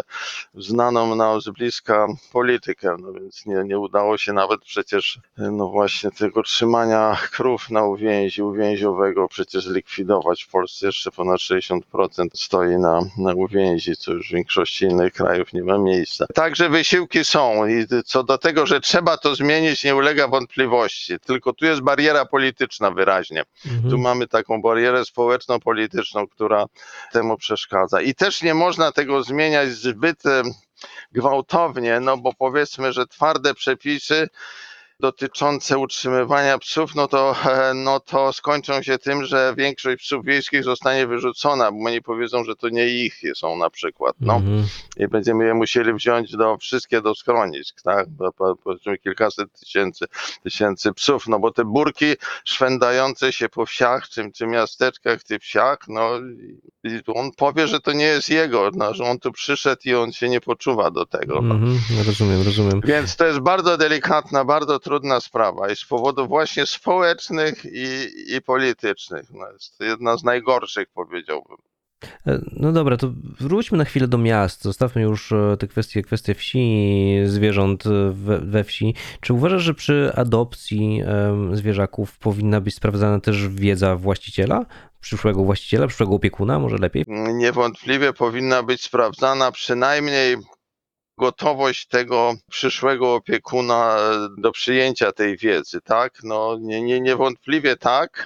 w znaną nam z bliska politykę, no więc nie udało się nawet przecież, no właśnie tego trzymania krów na uwięziowego przecież likwidować. W Polsce jeszcze ponad 60% stoi na uwięzi, co już w większości innych krajów nie ma miejsca. Także wysiłki są i co do tego, że trzeba to zmienić, nie ulega wątpliwości, tylko tu jest bariera polityczna wyraźnie. Tu Mhm. mamy taką barierę społeczno-polityczną, która temu przeszkadza. I też nie można tego zmieniać zbyt gwałtownie, no bo powiedzmy, że twarde przepisy dotyczące utrzymywania psów, no to skończą się tym, że większość psów wiejskich zostanie wyrzucona, bo oni powiedzą, że to nie ich są na przykład, no. Mhm. I będziemy je musieli wziąć wszystkie do schronisk, tak, powiedzmy kilkaset tysięcy psów, no bo te burki szwendające się po wsiach, czy miasteczkach, w tych wsiach, no i on powie, że to nie jest jego, no, że on tu przyszedł i on się nie poczuwa do tego, no. Mhm. Rozumiem. Więc to jest bardzo delikatna, bardzo trudna sprawa i z powodów właśnie społecznych i politycznych. No jest to jedna z najgorszych, powiedziałbym. No dobra, to wróćmy na chwilę do miast. Zostawmy już te kwestie wsi i zwierząt we wsi. Czy uważasz, że przy adopcji zwierzaków powinna być sprawdzana też wiedza właściciela? Przyszłego opiekuna, może lepiej? Niewątpliwie powinna być sprawdzana przynajmniej gotowość tego przyszłego opiekuna do przyjęcia tej wiedzy, tak? No niewątpliwie tak.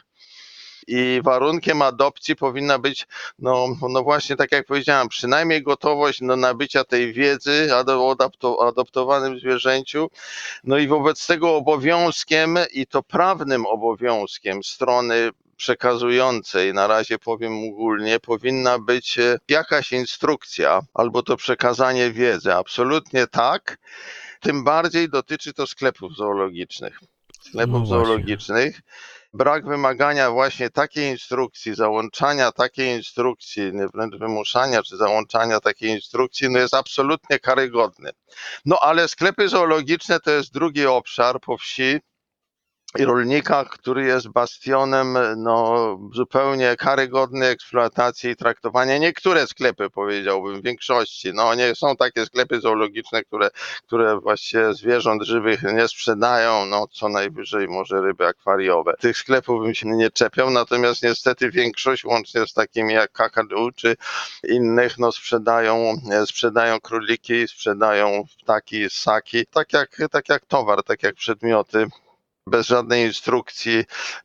I warunkiem adopcji powinna być, no właśnie tak jak powiedziałem, przynajmniej gotowość do nabycia tej wiedzy o adoptowanym zwierzęciu. No i wobec tego obowiązkiem, i to prawnym obowiązkiem strony przekazującej, na razie powiem ogólnie, powinna być jakaś instrukcja albo to przekazanie wiedzy. Absolutnie tak. Tym bardziej dotyczy to sklepów zoologicznych. No Sklepów właśnie. zoologicznych. Brak wymagania właśnie takiej instrukcji, załączania takiej instrukcji, wręcz wymuszania czy załączania takiej instrukcji, no jest absolutnie karygodny. No ale sklepy zoologiczne to jest drugi obszar po wsi i rolnikach, który jest bastionem zupełnie karygodnej eksploatacji i traktowania. Niektóre sklepy, powiedziałbym, w większości, no nie są takie sklepy zoologiczne, które właściwie zwierząt żywych nie sprzedają, no co najwyżej może ryby akwariowe. Tych sklepów bym się nie czepiał, natomiast niestety większość, łącznie z takimi jak Kakadu czy innych, no sprzedają króliki, sprzedają ptaki, ssaki, tak jak towar, tak jak przedmioty bez żadnej instrukcji,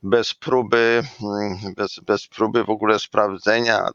bez próby w ogóle sprawdzenia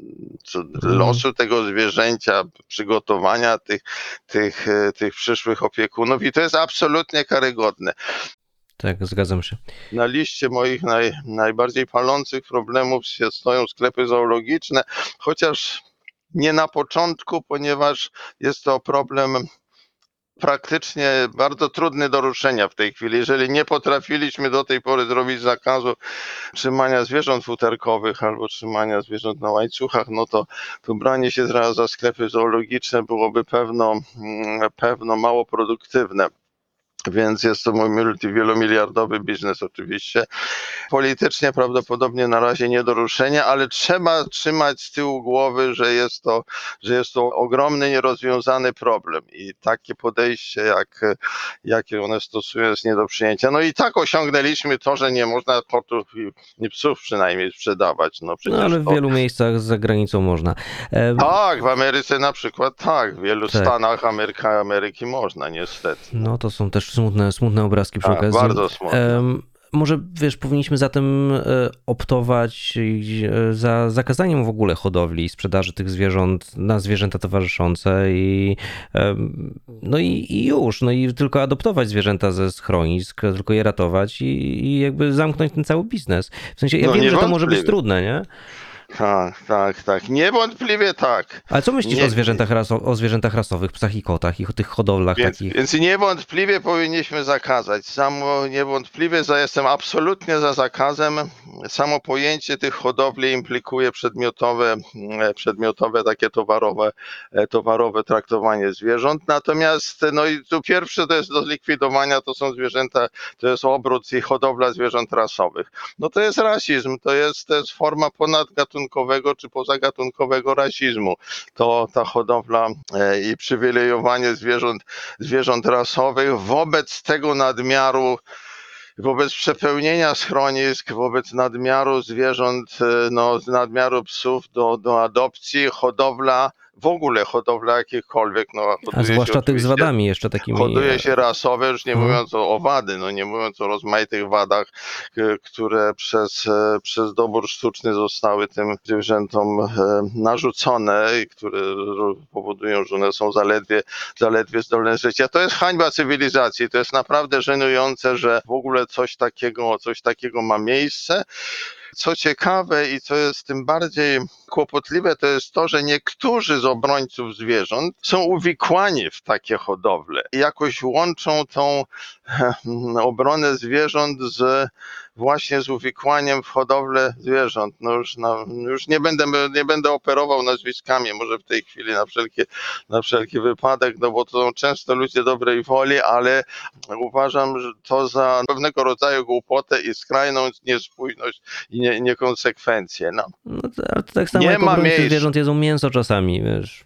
losu tego zwierzęcia, przygotowania tych przyszłych opiekunów i to jest absolutnie karygodne. Tak, zgadzam się. Na liście moich najbardziej palących problemów stoją sklepy zoologiczne, chociaż nie na początku, ponieważ jest to problem praktycznie bardzo trudny do ruszenia w tej chwili. Jeżeli nie potrafiliśmy do tej pory zrobić zakazu trzymania zwierząt futerkowych albo trzymania zwierząt na łańcuchach, no to branie się teraz za sklepy zoologiczne byłoby pewno mało produktywne. Więc jest to mój wielomiliardowy biznes oczywiście. Politycznie prawdopodobnie na razie nie do ruszenia, ale trzeba trzymać z tyłu głowy, że jest to ogromny, nierozwiązany problem i takie podejście, jakie one stosują, jest nie do przyjęcia. No i tak osiągnęliśmy to, że nie można kotów i psów przynajmniej sprzedawać. No przecież No ale w wielu miejscach za granicą można. Tak, w Ameryce na przykład tak, w wielu Tak. stanach Ameryki można niestety. No to są też smutne obrazki przy okazji. Bardzo smutne. Może wiesz, powinniśmy zatem optować za zakazaniem w ogóle hodowli i sprzedaży tych zwierząt na zwierzęta towarzyszące no i już, no i tylko adoptować zwierzęta ze schronisk, tylko je ratować i jakby zamknąć ten cały biznes. W sensie ja wiem, że to może być trudne, nie? Tak. Niewątpliwie tak. Ale co myślisz o zwierzętach rasowych, psach i kotach i o tych hodowlach takich? Więc niewątpliwie powinniśmy zakazać. Niewątpliwie jestem absolutnie za zakazem. Samo pojęcie tych hodowli implikuje przedmiotowe takie towarowe traktowanie zwierząt. Natomiast no i tu pierwsze to jest do zlikwidowania, to są zwierzęta, to jest obrót i hodowla zwierząt rasowych. No to jest rasizm, to jest forma ponadgatunkowego czy pozagatunkowego rasizmu. To ta hodowla i przywilejowanie zwierząt rasowych wobec tego nadmiaru, wobec przepełnienia schronisk, wobec nadmiaru zwierząt, nadmiaru psów do adopcji, w ogóle hodowla jakichkolwiek. A zwłaszcza tych z wadami jeszcze takimi. Hoduje się rasowe, już nie mówiąc o wady, nie mówiąc o rozmaitych wadach, które przez dobór sztuczny zostały tym zwierzętom narzucone i które powodują, że one są zaledwie zdolne życia. To jest hańba cywilizacji. To jest naprawdę żenujące, że w ogóle coś takiego ma miejsce. Co ciekawe i co jest tym bardziej kłopotliwe, to jest to, że niektórzy z obrońców zwierząt są uwikłani w takie hodowle i jakoś łączą tą obronę zwierząt właśnie z uwikłaniem w hodowlę zwierząt. Już nie będę operował nazwiskami, może w tej chwili na wszelki wypadek, bo to są często ludzie dobrej woli, ale uważam, że to za pewnego rodzaju głupotę i skrajną niespójność i niekonsekwencję. Ale to tak samo jak obrońcy zwierząt jedzą mięso czasami, wiesz.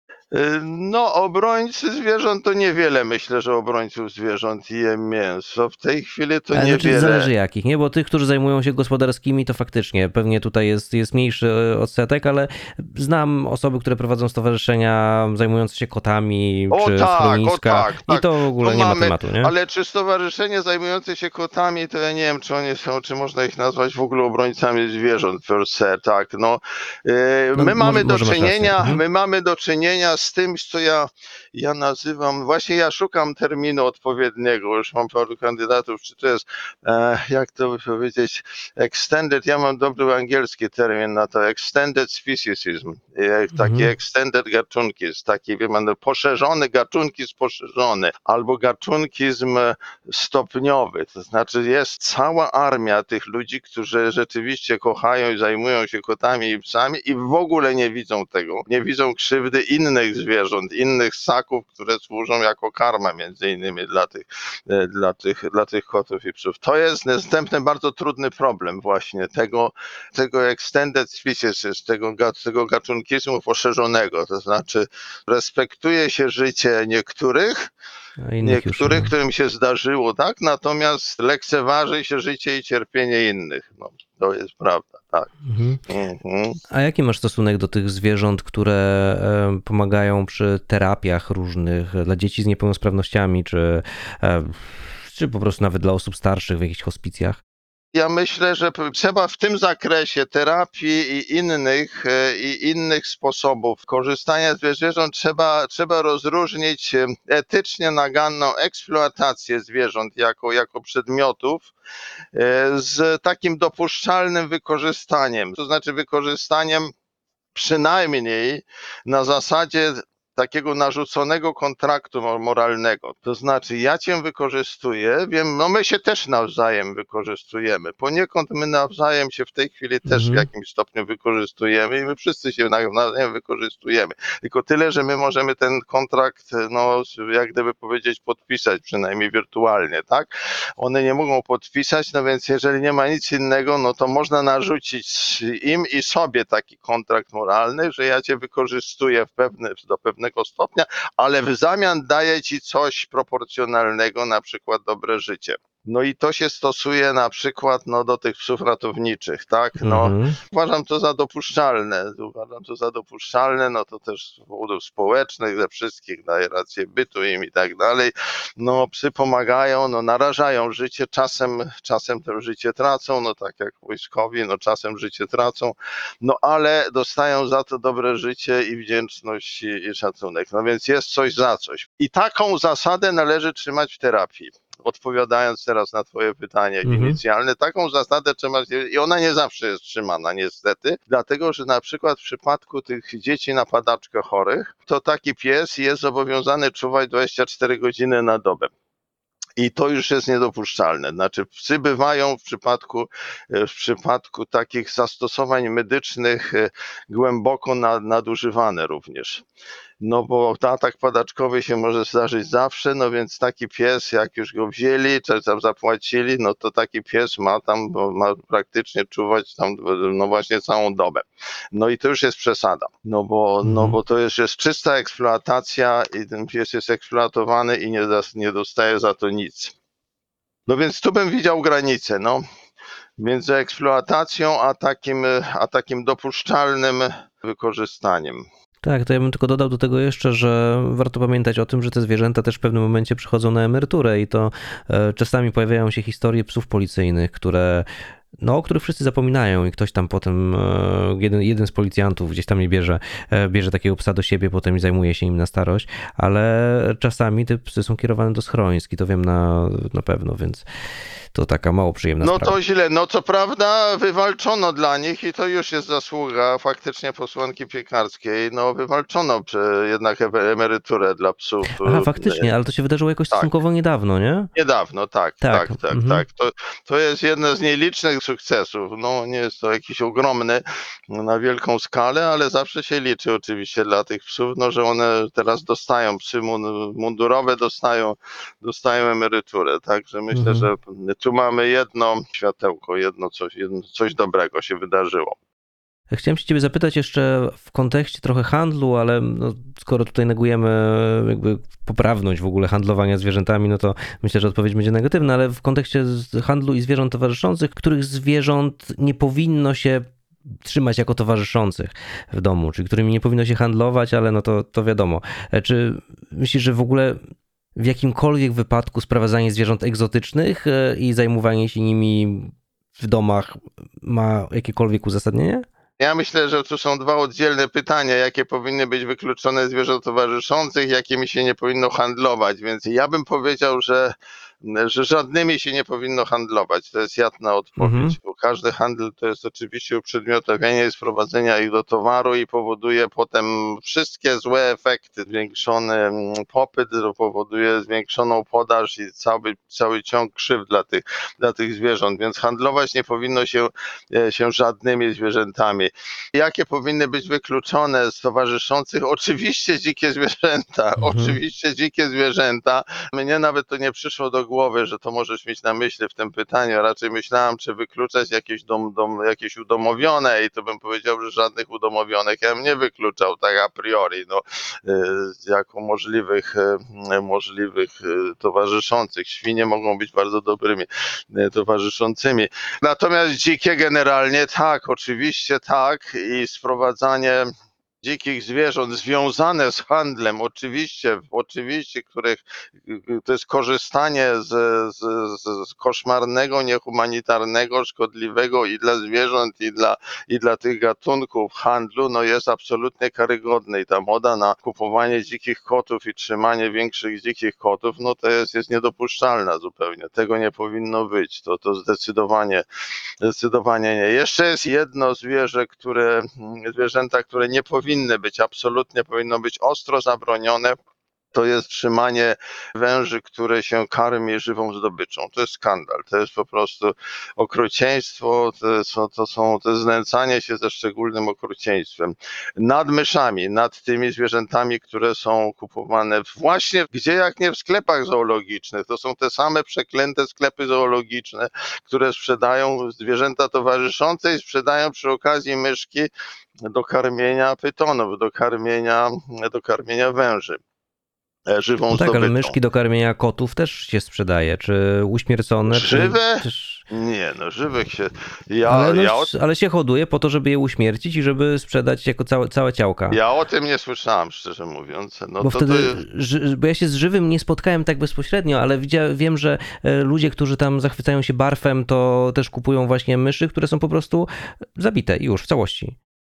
Obrońcy zwierząt to niewiele, myślę, że obrońców zwierząt je mięso. W tej chwili to niewiele. Znaczy zależy jakich, nie? Bo tych, którzy zajmują się gospodarskimi, to faktycznie pewnie tutaj jest mniejszy odsetek, ale znam osoby, które prowadzą stowarzyszenia zajmujące się kotami czy schroniska i to w ogóle nie ma tematu, nie? Ale czy stowarzyszenie zajmujące się kotami, to ja nie wiem, czy oni są, czy można ich nazwać w ogóle obrońcami zwierząt per se, tak. My mamy do czynienia z tym, co ja nazywam, właśnie ja szukam terminu odpowiedniego, już mam paru kandydatów, czy to jest, jak to powiedzieć, extended, ja mam dobry angielski termin na to, extended speciesism, taki extended gatunkizm, taki, poszerzony gatunkizm poszerzony, albo gatunkizm stopniowy, to znaczy jest cała armia tych ludzi, którzy rzeczywiście kochają i zajmują się kotami i psami i w ogóle nie widzą tego, nie widzą krzywdy innych zwierząt, innych ssaków, które służą jako karma między innymi dla tych kotów i psów. To jest następny bardzo trudny problem właśnie tego extended species, tego gatunkizmu poszerzonego, to znaczy respektuje się życie niektórych, którym się zdarzyło, tak, natomiast lekceważy się życie i cierpienie innych. To jest prawda, tak. A jaki masz stosunek do tych zwierząt, które pomagają przy terapiach różnych dla dzieci z niepełnosprawnościami, czy po prostu nawet dla osób starszych w jakichś hospicjach? Ja myślę, że trzeba w tym zakresie terapii i innych sposobów korzystania z zwierząt trzeba rozróżnić etycznie naganną eksploatację zwierząt jako przedmiotów z takim dopuszczalnym wykorzystaniem, to znaczy wykorzystaniem przynajmniej na zasadzie takiego narzuconego kontraktu moralnego. To znaczy, ja cię wykorzystuję, wiem, no my się też nawzajem wykorzystujemy. Poniekąd my nawzajem się w tej chwili też w Mhm. jakimś stopniu wykorzystujemy i my wszyscy się nawzajem wykorzystujemy. Tylko tyle, że my możemy ten kontrakt, no, jak gdyby powiedzieć, podpisać, przynajmniej wirtualnie, tak? One nie mogą podpisać, no więc jeżeli nie ma nic innego, no to można narzucić im i sobie taki kontrakt moralny, że ja cię wykorzystuję do pewnego stopnia, ale w zamian daję ci coś proporcjonalnego, na przykład dobre życie. No i to się stosuje na przykład do tych psów ratowniczych, tak? No, Mhm. uważam to za dopuszczalne, no to też z powodów społecznych, ze wszystkich daje rację bytu im i tak dalej. No, psy pomagają, no, narażają życie, czasem to życie tracą, no tak jak wojskowi, no czasem życie tracą, no ale dostają za to dobre życie i wdzięczność i szacunek. No więc jest coś za coś. I taką zasadę należy trzymać w terapii. Odpowiadając teraz na twoje pytanie Mhm. inicjalne, taką zasadę trzeba, i ona nie zawsze jest trzymana niestety, dlatego że na przykład w przypadku tych dzieci na padaczkę chorych, to taki pies jest zobowiązany czuwać 24 godziny na dobę. I to już jest niedopuszczalne. Znaczy, psy bywają w przypadku takich zastosowań medycznych głęboko nadużywane również. No bo atak padaczkowy się może zdarzyć zawsze, no więc taki pies, jak już go wzięli, czy tam zapłacili, no to taki pies bo ma praktycznie czuwać tam, no właśnie całą dobę. No i to już jest przesada, no Mhm. bo to jest czysta eksploatacja i ten pies jest eksploatowany i nie dostaje za to nic. No więc tu bym widział granicę, no, między eksploatacją a takim dopuszczalnym wykorzystaniem. Tak, to ja bym tylko dodał do tego jeszcze, że warto pamiętać o tym, że te zwierzęta też w pewnym momencie przychodzą na emeryturę i to czasami pojawiają się historie psów policyjnych, o których wszyscy zapominają i ktoś tam potem, jeden z policjantów gdzieś tam bierze takiego psa do siebie potem i zajmuje się nim na starość, ale czasami te psy są kierowane do schronisk i to wiem na pewno, więc to taka mało przyjemna No sprawa. to źle. No co prawda wywalczono dla nich i to już jest zasługa faktycznie posłanki Piekarskiej. No wywalczono jednak emeryturę dla psów. Aha, faktycznie, ale to się wydarzyło jakoś Tak. stosunkowo niedawno, nie? Niedawno, tak, Tak. tak, tak, Mhm. tak. To jest jeden z nielicznych sukcesów. No nie jest to jakiś ogromny na wielką skalę, ale zawsze się liczy oczywiście dla tych psów, no że one teraz dostają, psy mundurowe dostają emeryturę. Także myślę, Mhm. że tu mamy jedno światełko, coś dobrego się wydarzyło. Chciałem się ciebie zapytać jeszcze w kontekście trochę handlu, ale no, skoro tutaj negujemy jakby poprawność w ogóle handlowania zwierzętami, no to myślę, że odpowiedź będzie negatywna, ale w kontekście handlu i zwierząt towarzyszących, których zwierząt nie powinno się trzymać jako towarzyszących w domu, czyli którymi nie powinno się handlować, ale no to wiadomo. Czy myślisz, że w ogóle w jakimkolwiek wypadku sprowadzanie zwierząt egzotycznych i zajmowanie się nimi w domach ma jakiekolwiek uzasadnienie? Ja myślę, że tu są dwa oddzielne pytania, jakie powinny być wykluczone zwierząt towarzyszących, jakimi się nie powinno handlować, więc ja bym powiedział, że żadnymi się nie powinno handlować. To jest jasna Mhm. odpowiedź, bo każdy handel to jest oczywiście uprzedmiotowienie i sprowadzenia ich do towaru i powoduje potem wszystkie złe efekty. Zwiększony popyt powoduje zwiększoną podaż i cały ciąg krzywd dla tych zwierząt, więc handlować nie powinno się żadnymi zwierzętami. Jakie powinny być wykluczone z towarzyszących? Oczywiście dzikie zwierzęta, Mhm. oczywiście dzikie zwierzęta. Mnie nawet to nie przyszło do głowy, że to możesz mieć na myśli w tym pytaniu. Raczej myślałem, czy wykluczać jakieś udomowione i to bym powiedział, że żadnych udomowionych ja bym nie wykluczał tak a priori, no, jako możliwych towarzyszących. Świnie mogą być bardzo dobrymi towarzyszącymi. Natomiast dzikie generalnie tak, oczywiście tak i sprowadzanie dzikich zwierząt związane z handlem, oczywiście, których to jest korzystanie z koszmarnego, niehumanitarnego, szkodliwego i dla zwierząt, i dla tych gatunków handlu, no jest absolutnie karygodne i ta moda na kupowanie dzikich kotów i trzymanie większych dzikich kotów, no to jest niedopuszczalna zupełnie. Tego nie powinno być. To zdecydowanie nie. Jeszcze jest jedno zwierzęta, które nie powinny być, absolutnie powinno być ostro zabronione. To jest trzymanie węży, które się karmi żywą zdobyczą. To jest skandal. To jest po prostu okrucieństwo, to jest znęcanie się ze szczególnym okrucieństwem. Nad myszami, nad tymi zwierzętami, które są kupowane właśnie gdzie jak nie w sklepach zoologicznych. To są te same przeklęte sklepy zoologiczne, które sprzedają zwierzęta towarzyszące i sprzedają przy okazji myszki do karmienia pytonów, do karmienia węży żywą No tak, ale zdobyczą. myszki do karmienia kotów też się sprzedaje, czy uśmiercone, czy Żywe? też... Nie, no żywych się. Ale, no, Ja o, ale się hoduje po to, żeby je uśmiercić i żeby sprzedać jako całe ciałka. ja o tym nie słyszałem, szczerze mówiąc. No Bo to wtedy, bo ja się z żywym nie spotkałem tak bezpośrednio, ale wiem, że ludzie, którzy tam zachwycają się barfem, to też kupują właśnie myszy, które są po prostu zabite już w całości.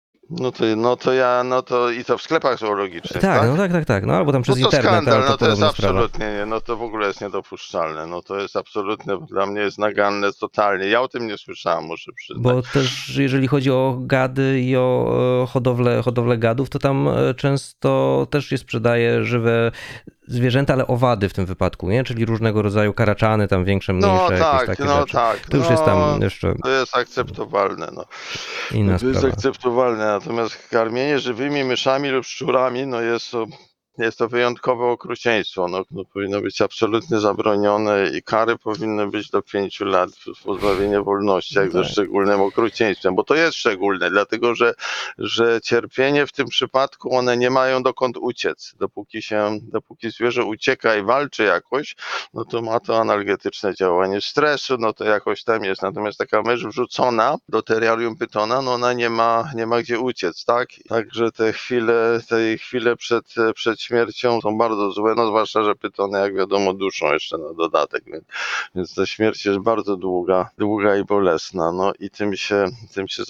no to i to w sklepach zoologicznych, Tak, tak? no tak. No albo tam No przez to internet, ale skandal, to no to jest podobna sprawa. absolutnie nie, no to w ogóle jest niedopuszczalne. No to jest absolutnie, dla mnie jest naganne totalnie. Ja o tym nie słyszałem, muszę przyznać. Bo też jeżeli chodzi o gady i o hodowlę gadów, to tam często też się sprzedaje żywe zwierzęta, ale owady w tym wypadku, nie? Czyli różnego rodzaju karaczany, tam większe, mniejsze, jakieś takie rzeczy. To już jest tam jeszcze to jest akceptowalne, no. inna To jest sprawa. akceptowalne, natomiast karmienie żywymi myszami lub szczurami, no jest to wyjątkowe okrucieństwo. No powinno być absolutnie zabronione i kary powinny być do 5 lat pozbawienia wolności, No jak ze tak. szczególnym okrucieństwem, bo to jest szczególne, dlatego że cierpienie w tym przypadku one nie mają dokąd uciec. Dopóki zwierzę ucieka i walczy jakoś, no to ma to analgetyczne działanie stresu, no to jakoś tam jest. Natomiast taka mysz wrzucona do terrarium pytona, no ona nie ma gdzie uciec, tak? Także te chwile przed śmiercią są bardzo złe, no zwłaszcza, że pytony, jak wiadomo, duszą jeszcze na dodatek, więc ta śmierć jest bardzo długa i bolesna, no i tym się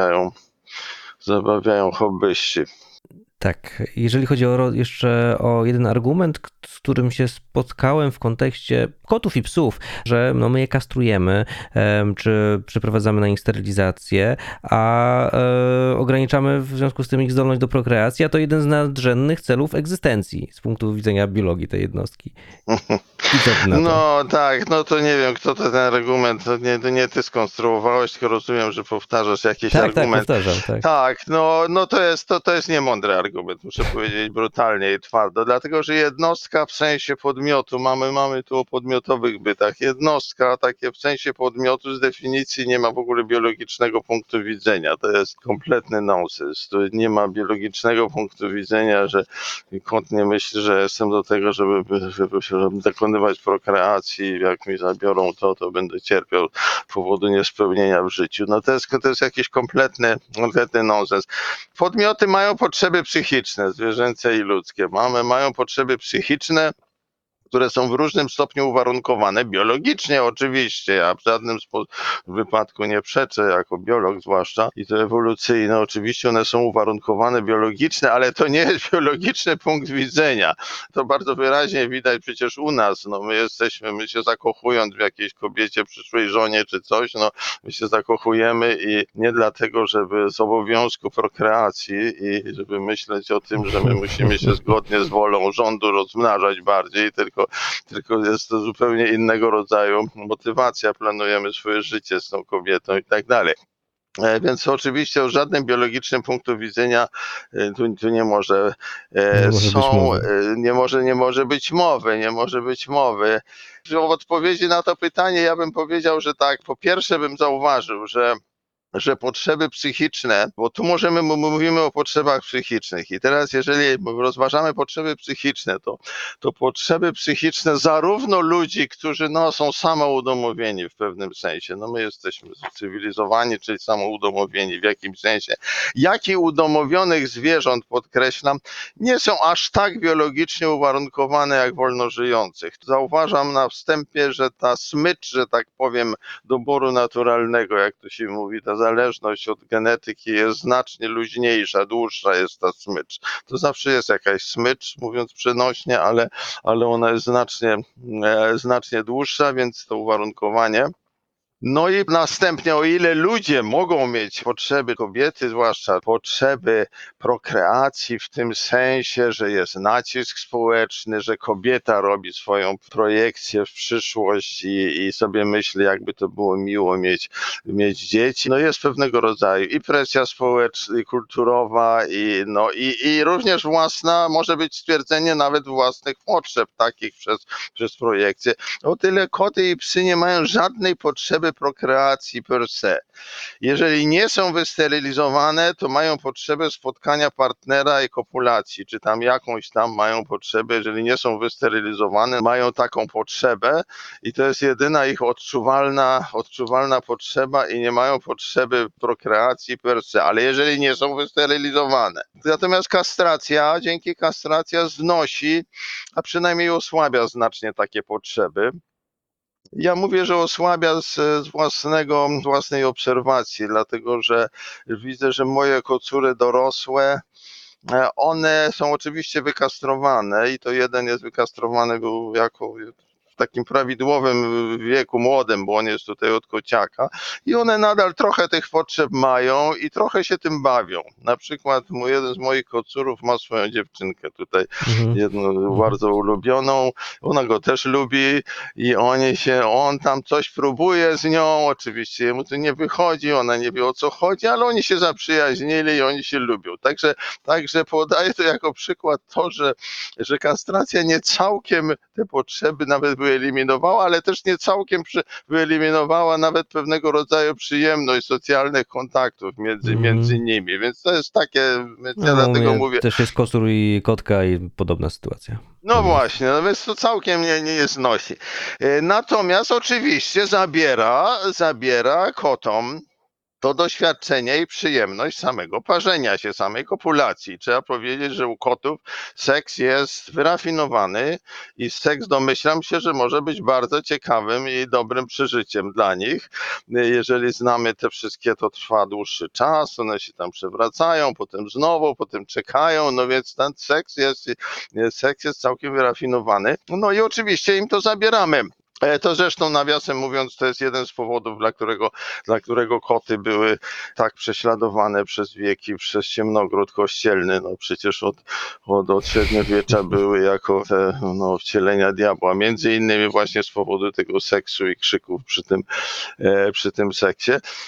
zabawiają hobbyści. Tak, jeżeli chodzi jeszcze o jeden argument, z którym się spotkałem w kontekście kotów i psów, że no my je kastrujemy, czy przeprowadzamy na nich sterylizację, a ograniczamy w związku z tym ich zdolność do prokreacji, a to jeden z nadrzędnych celów egzystencji z punktu widzenia biologii tej jednostki. I co ty na to? No tak, no to nie wiem, kto to ten argument, to nie ty skonstruowałeś, tylko rozumiem, że powtarzasz jakiś Tak, argument. powtarzam, tak. Tak, no to jest niemądry argument, muszę powiedzieć brutalnie i twardo, dlatego że jednostka w sensie podmiotu, mamy tu o podmiotowych bytach, jednostka takie w sensie podmiotu z definicji nie ma w ogóle biologicznego punktu widzenia, to jest kompletny nonsens, tu nie ma biologicznego punktu widzenia, że kot nie myśli, że jestem do tego, żeby dokonywać prokreacji, jak mi zabiorą to będę cierpiał z powodu niespełnienia w życiu. No to jest jakiś kompletny nonsens. Podmioty mają potrzeby psychiczne, zwierzęce i ludzkie. Mają potrzeby psychiczne, które są w różnym stopniu uwarunkowane biologicznie oczywiście. Ja w żadnym wypadku nie przeczę jako biolog zwłaszcza i to ewolucyjne. Oczywiście one są uwarunkowane biologiczne, ale to nie jest biologiczny punkt widzenia. To bardzo wyraźnie widać przecież u nas. No my się zakochując w jakiejś kobiecie, przyszłej żonie czy coś, no my się zakochujemy i nie dlatego, żeby z obowiązku prokreacji i żeby myśleć o tym, że my musimy się zgodnie z wolą rządu rozmnażać bardziej, tylko jest to zupełnie innego rodzaju motywacja, planujemy swoje życie z tą kobietą i tak dalej. Więc oczywiście o żadnym biologicznym punktu widzenia tu nie może być mowy. nie może być mowy. W odpowiedzi na to pytanie ja bym powiedział, że tak, po pierwsze bym zauważył, że że potrzeby psychiczne, bo tu mówimy o potrzebach psychicznych i teraz jeżeli rozważamy potrzeby psychiczne, to potrzeby psychiczne zarówno ludzi, którzy są samoudomowieni w pewnym sensie, my jesteśmy cywilizowani, czyli samoudomowieni w jakimś sensie, jak i udomowionych zwierząt, podkreślam, nie są aż tak biologicznie uwarunkowane jak wolnożyjących. Zauważam na wstępie, że ta smycz, że tak powiem, doboru naturalnego, jak to się mówi, ta zależność od genetyki jest znacznie luźniejsza, dłuższa jest ta smycz. To zawsze jest jakaś smycz, mówiąc przenośnie, ale ona jest znacznie dłuższa, więc to uwarunkowanie. No i następnie, o ile ludzie mogą mieć potrzeby, kobiety zwłaszcza, potrzeby prokreacji w tym sensie, że jest nacisk społeczny, że kobieta robi swoją projekcję w przyszłość i sobie myśli, jakby to było miło mieć dzieci. Jest pewnego rodzaju i presja społeczna, i kulturowa, i również własna, może być stwierdzenie nawet własnych potrzeb takich przez projekcję. O tyle koty i psy nie mają żadnej potrzeby prokreacji per se. Jeżeli nie są wysterylizowane, to mają potrzebę spotkania partnera i kopulacji, czy tam jakąś tam mają potrzebę, jeżeli nie są wysterylizowane, mają taką potrzebę i to jest jedyna ich odczuwalna potrzeba i nie mają potrzeby prokreacji per se, ale jeżeli nie są wysterylizowane. Natomiast dzięki kastracja znosi, a przynajmniej osłabia znacznie takie potrzeby. Ja mówię, że osłabia z własnej obserwacji, dlatego że widzę, że moje kocury dorosłe, one są oczywiście wykastrowane i to jeden jest wykastrowany był w takim prawidłowym wieku młodym, bo on jest tutaj od kociaka i one nadal trochę tych potrzeb mają i trochę się tym bawią. Na przykład jeden z moich kocurów ma swoją dziewczynkę tutaj, jedną bardzo ulubioną, ona go też lubi i on tam coś próbuje z nią, oczywiście jemu to nie wychodzi, ona nie wie o co chodzi, ale oni się zaprzyjaźnili i oni się lubią. Także podaję to jako przykład to, że kastracja nie całkiem te potrzeby nawet wyeliminowała, ale też nie całkiem wyeliminowała nawet pewnego rodzaju przyjemność socjalnych kontaktów między nimi, więc to jest takie, więc ja U dlatego mnie mówię. też jest kocur i kotka i podobna sytuacja. No właśnie, więc to całkiem nie znosi. Natomiast oczywiście zabiera kotom to doświadczenie i przyjemność samego parzenia się, samej kopulacji. Trzeba powiedzieć, że u kotów seks jest wyrafinowany i seks domyślam się, że może być bardzo ciekawym i dobrym przeżyciem dla nich. Jeżeli znamy te wszystkie, to trwa dłuższy czas, one się tam przewracają, potem czekają, więc ten seks jest całkiem wyrafinowany. No i oczywiście im to zabieramy. To zresztą nawiasem mówiąc, to jest jeden z powodów, dla którego koty były tak prześladowane przez wieki, przez ciemnogród kościelny. Przecież od średniowiecza były jako te wcielenia diabła. Między innymi właśnie z powodu tego seksu i krzyków przy tym seksie.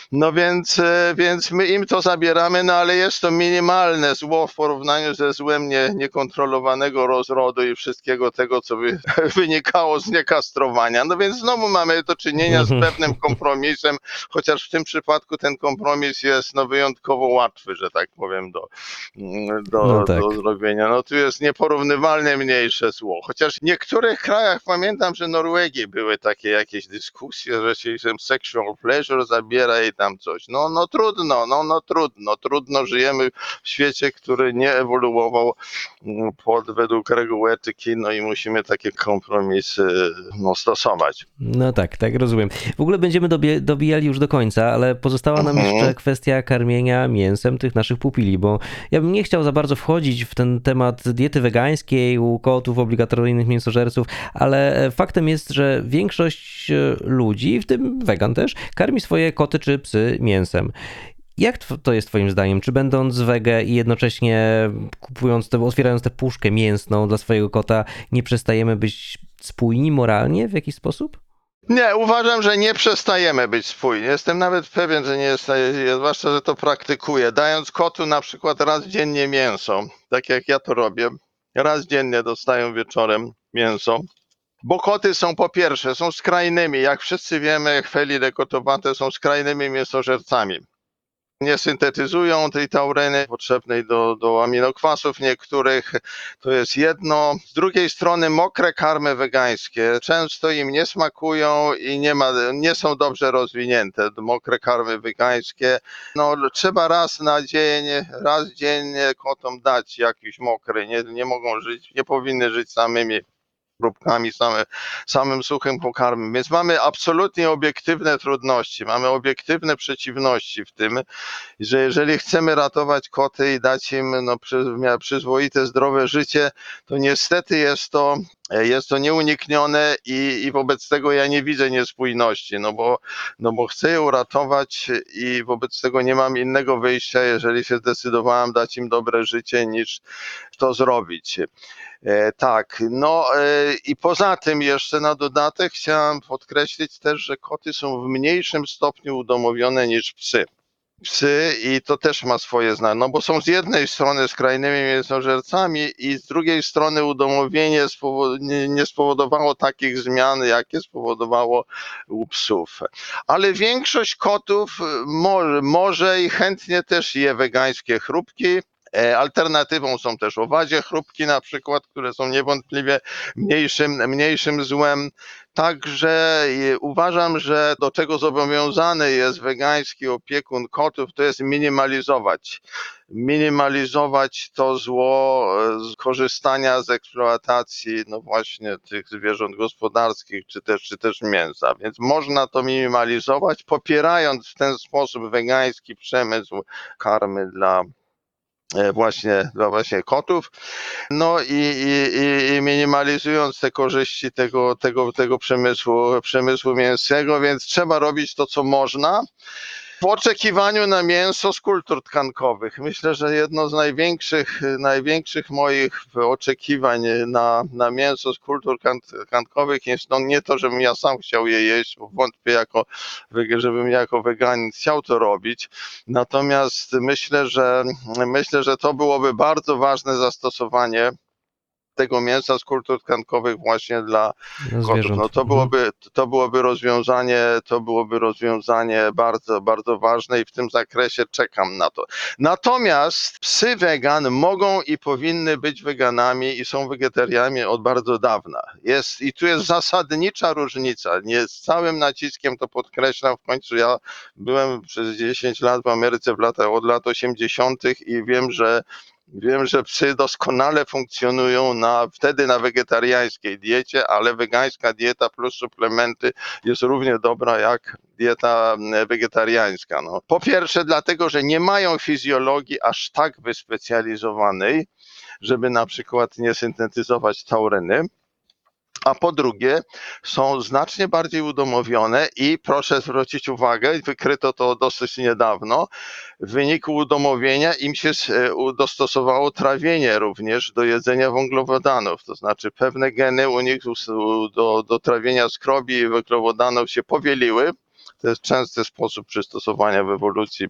Więc my im to zabieramy, ale jest to minimalne zło w porównaniu ze złem niekontrolowanego rozrodu i wszystkiego tego, co by wynikało z niekastrowania. Więc znowu mamy do czynienia z pewnym kompromisem, chociaż w tym przypadku ten kompromis jest wyjątkowo łatwy, że tak powiem, do zrobienia. Tu jest nieporównywalnie mniejsze zło. Chociaż w niektórych krajach, pamiętam, że w Norwegii były takie jakieś dyskusje, że się sexual pleasure zabiera i tam coś. Trudno. Żyjemy w świecie, który nie ewoluował według reguł etyki, i musimy takie kompromisy stosować. Tak, rozumiem. W ogóle będziemy dobijali już do końca, ale pozostała nam jeszcze kwestia karmienia mięsem tych naszych pupili, bo ja bym nie chciał za bardzo wchodzić w ten temat diety wegańskiej u kotów, obligatoryjnych mięsożerców, ale faktem jest, że większość ludzi, w tym wegan też, karmi swoje koty czy psy mięsem. Jak to jest twoim zdaniem? Czy będąc wege i jednocześnie otwierając tę puszkę mięsną dla swojego kota, nie przestajemy być spójni moralnie w jakiś sposób? Nie, uważam, że nie przestajemy być spójni. Jestem nawet pewien, że nie jest, zwłaszcza, że to praktykuję. Dając kotu na przykład raz dziennie mięso, tak jak ja to robię, raz dziennie dostają wieczorem mięso. Bo koty po pierwsze, są skrajnymi, jak wszyscy wiemy, felide kotowate są skrajnymi mięsożercami. nie syntetyzują tej taureny potrzebnej do aminokwasów niektórych. To jest jedno. Z drugiej strony mokre karmy wegańskie często im nie smakują i nie są dobrze rozwinięte. Mokre karmy wegańskie, no trzeba raz dziennie kotom dać jakiś mokry. Nie mogą żyć, nie powinny żyć samymi próbkami, samym suchym pokarmem. Więc mamy absolutnie obiektywne trudności, mamy obiektywne przeciwności w tym, że jeżeli chcemy ratować koty i dać im przyzwoite, zdrowe życie, to niestety jest to nieuniknione i wobec tego ja nie widzę niespójności, no bo chcę je uratować i wobec tego nie mam innego wyjścia, jeżeli się zdecydowałem dać im dobre życie, niż to zrobić. Tak, i poza tym jeszcze na dodatek chciałem podkreślić też, że koty są w mniejszym stopniu udomowione niż psy. I to też ma swoje znamiona, no bo są z jednej strony skrajnymi mięsożercami i z drugiej strony udomowienie nie spowodowało takich zmian, jakie spowodowało u psów. Ale większość kotów może i chętnie też je wegańskie chrupki. Alternatywą są też owadzie chrupki na przykład, które są niewątpliwie mniejszym złem. Także uważam, że do czego zobowiązany jest wegański opiekun kotów, to jest minimalizować to zło z korzystania z eksploatacji, no właśnie tych zwierząt gospodarskich, czy też mięsa. Więc można to minimalizować, popierając w ten sposób wegański przemysł karmy dla właśnie kotów, no i minimalizując te korzyści tego przemysłu mięsnego, więc trzeba robić to, co można. W oczekiwaniu na mięso z kultur tkankowych. Myślę, że jedno z największych moich oczekiwań na mięso z kultur tkankowych jest nie to, żebym ja sam chciał je jeść, bo wątpię, żebym jako weganin chciał to robić. Natomiast myślę, że to byłoby bardzo ważne zastosowanie tego mięsa z kultur tkankowych właśnie dla kotów. zwierząt. No to byłoby rozwiązanie bardzo, bardzo ważne i w tym zakresie czekam na to. Natomiast psy wegan mogą i powinny być weganami i są wegetarianami od bardzo dawna. I tu jest zasadnicza różnica. Nie z całym naciskiem to podkreślam, w końcu ja byłem przez 10 lat w Ameryce od lat 80. i Wiem, że psy doskonale funkcjonują wtedy na wegetariańskiej diecie, ale wegańska dieta plus suplementy jest równie dobra jak dieta wegetariańska. No. Po pierwsze dlatego, że nie mają fizjologii aż tak wyspecjalizowanej, żeby na przykład nie syntetyzować taureny. A po drugie, są znacznie bardziej udomowione i proszę zwrócić uwagę, wykryto to dosyć niedawno, w wyniku udomowienia im się dostosowało trawienie również do jedzenia węglowodanów, to znaczy pewne geny u nich do trawienia skrobi i węglowodanów się powieliły. To jest częsty sposób przystosowania w ewolucji,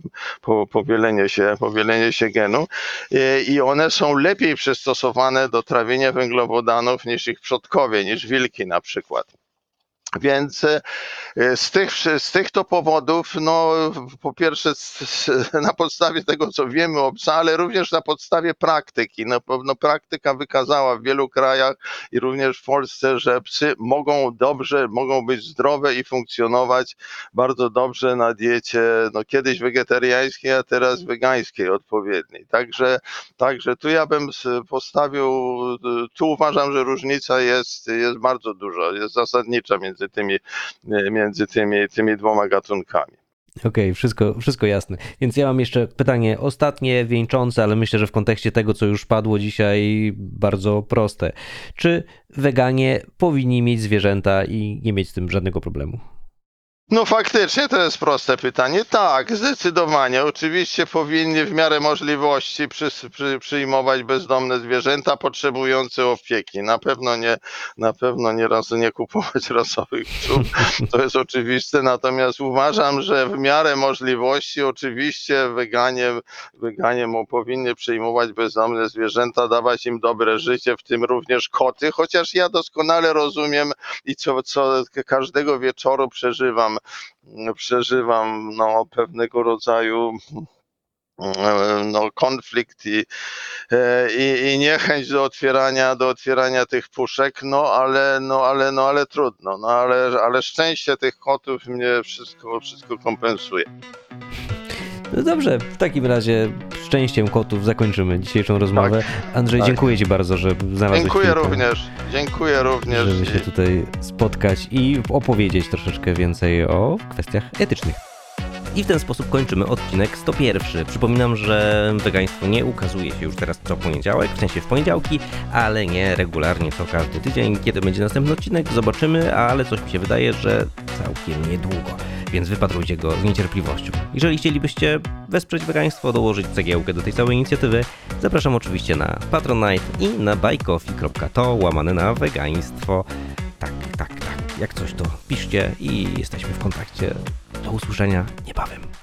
powielenie się genu i one są lepiej przystosowane do trawienia węglowodanów niż ich przodkowie, niż wilki na przykład. Więc z tych to powodów, no po pierwsze na podstawie tego, co wiemy o psa, ale również na podstawie praktyki. No, praktyka wykazała w wielu krajach i również w Polsce, że psy mogą być zdrowe i funkcjonować bardzo dobrze na diecie, no kiedyś wegetariańskiej, a teraz wegańskiej odpowiedniej. Także tu ja bym postawił, tu uważam, że różnica jest bardzo duża, jest zasadnicza między tymi dwoma gatunkami. Okej, wszystko jasne. Więc ja mam jeszcze pytanie ostatnie, wieńczące, ale myślę, że w kontekście tego, co już padło dzisiaj, bardzo proste. Czy weganie powinni mieć zwierzęta i nie mieć z tym żadnego problemu? No faktycznie to jest proste pytanie. Tak, zdecydowanie. Oczywiście powinni w miarę możliwości przyjmować bezdomne zwierzęta potrzebujące opieki. Na pewno nie kupować rasowych psów. To jest oczywiste. Natomiast uważam, że w miarę możliwości oczywiście weganie powinni przyjmować bezdomne zwierzęta, dawać im dobre życie, w tym również koty, chociaż ja doskonale rozumiem i co każdego wieczoru przeżywam no, pewnego rodzaju no, konflikt i niechęć do otwierania tych puszek, ale trudno, ale szczęście tych kotów mnie wszystko kompensuje. No dobrze, w takim razie szczęściem kotów zakończymy dzisiejszą rozmowę. Andrzej, tak. dziękuję Ci bardzo, że znalazłeś Dziękuję również. żeby się tutaj spotkać i opowiedzieć troszeczkę więcej o kwestiach etycznych. I w ten sposób kończymy odcinek 101. Przypominam, że wegaństwo nie ukazuje się już teraz co poniedziałek, w sensie w poniedziałki, ale nie regularnie co każdy tydzień. Kiedy będzie następny odcinek, zobaczymy, ale coś mi się wydaje, że całkiem niedługo, więc wypatrujcie go z niecierpliwością. Jeżeli chcielibyście wesprzeć wegaństwo, dołożyć cegiełkę do tej całej inicjatywy, zapraszam oczywiście na Patronite i na buycoffee.to/wegaństwo. Tak. Jak coś to piszcie i jesteśmy w kontakcie. Do usłyszenia niebawem.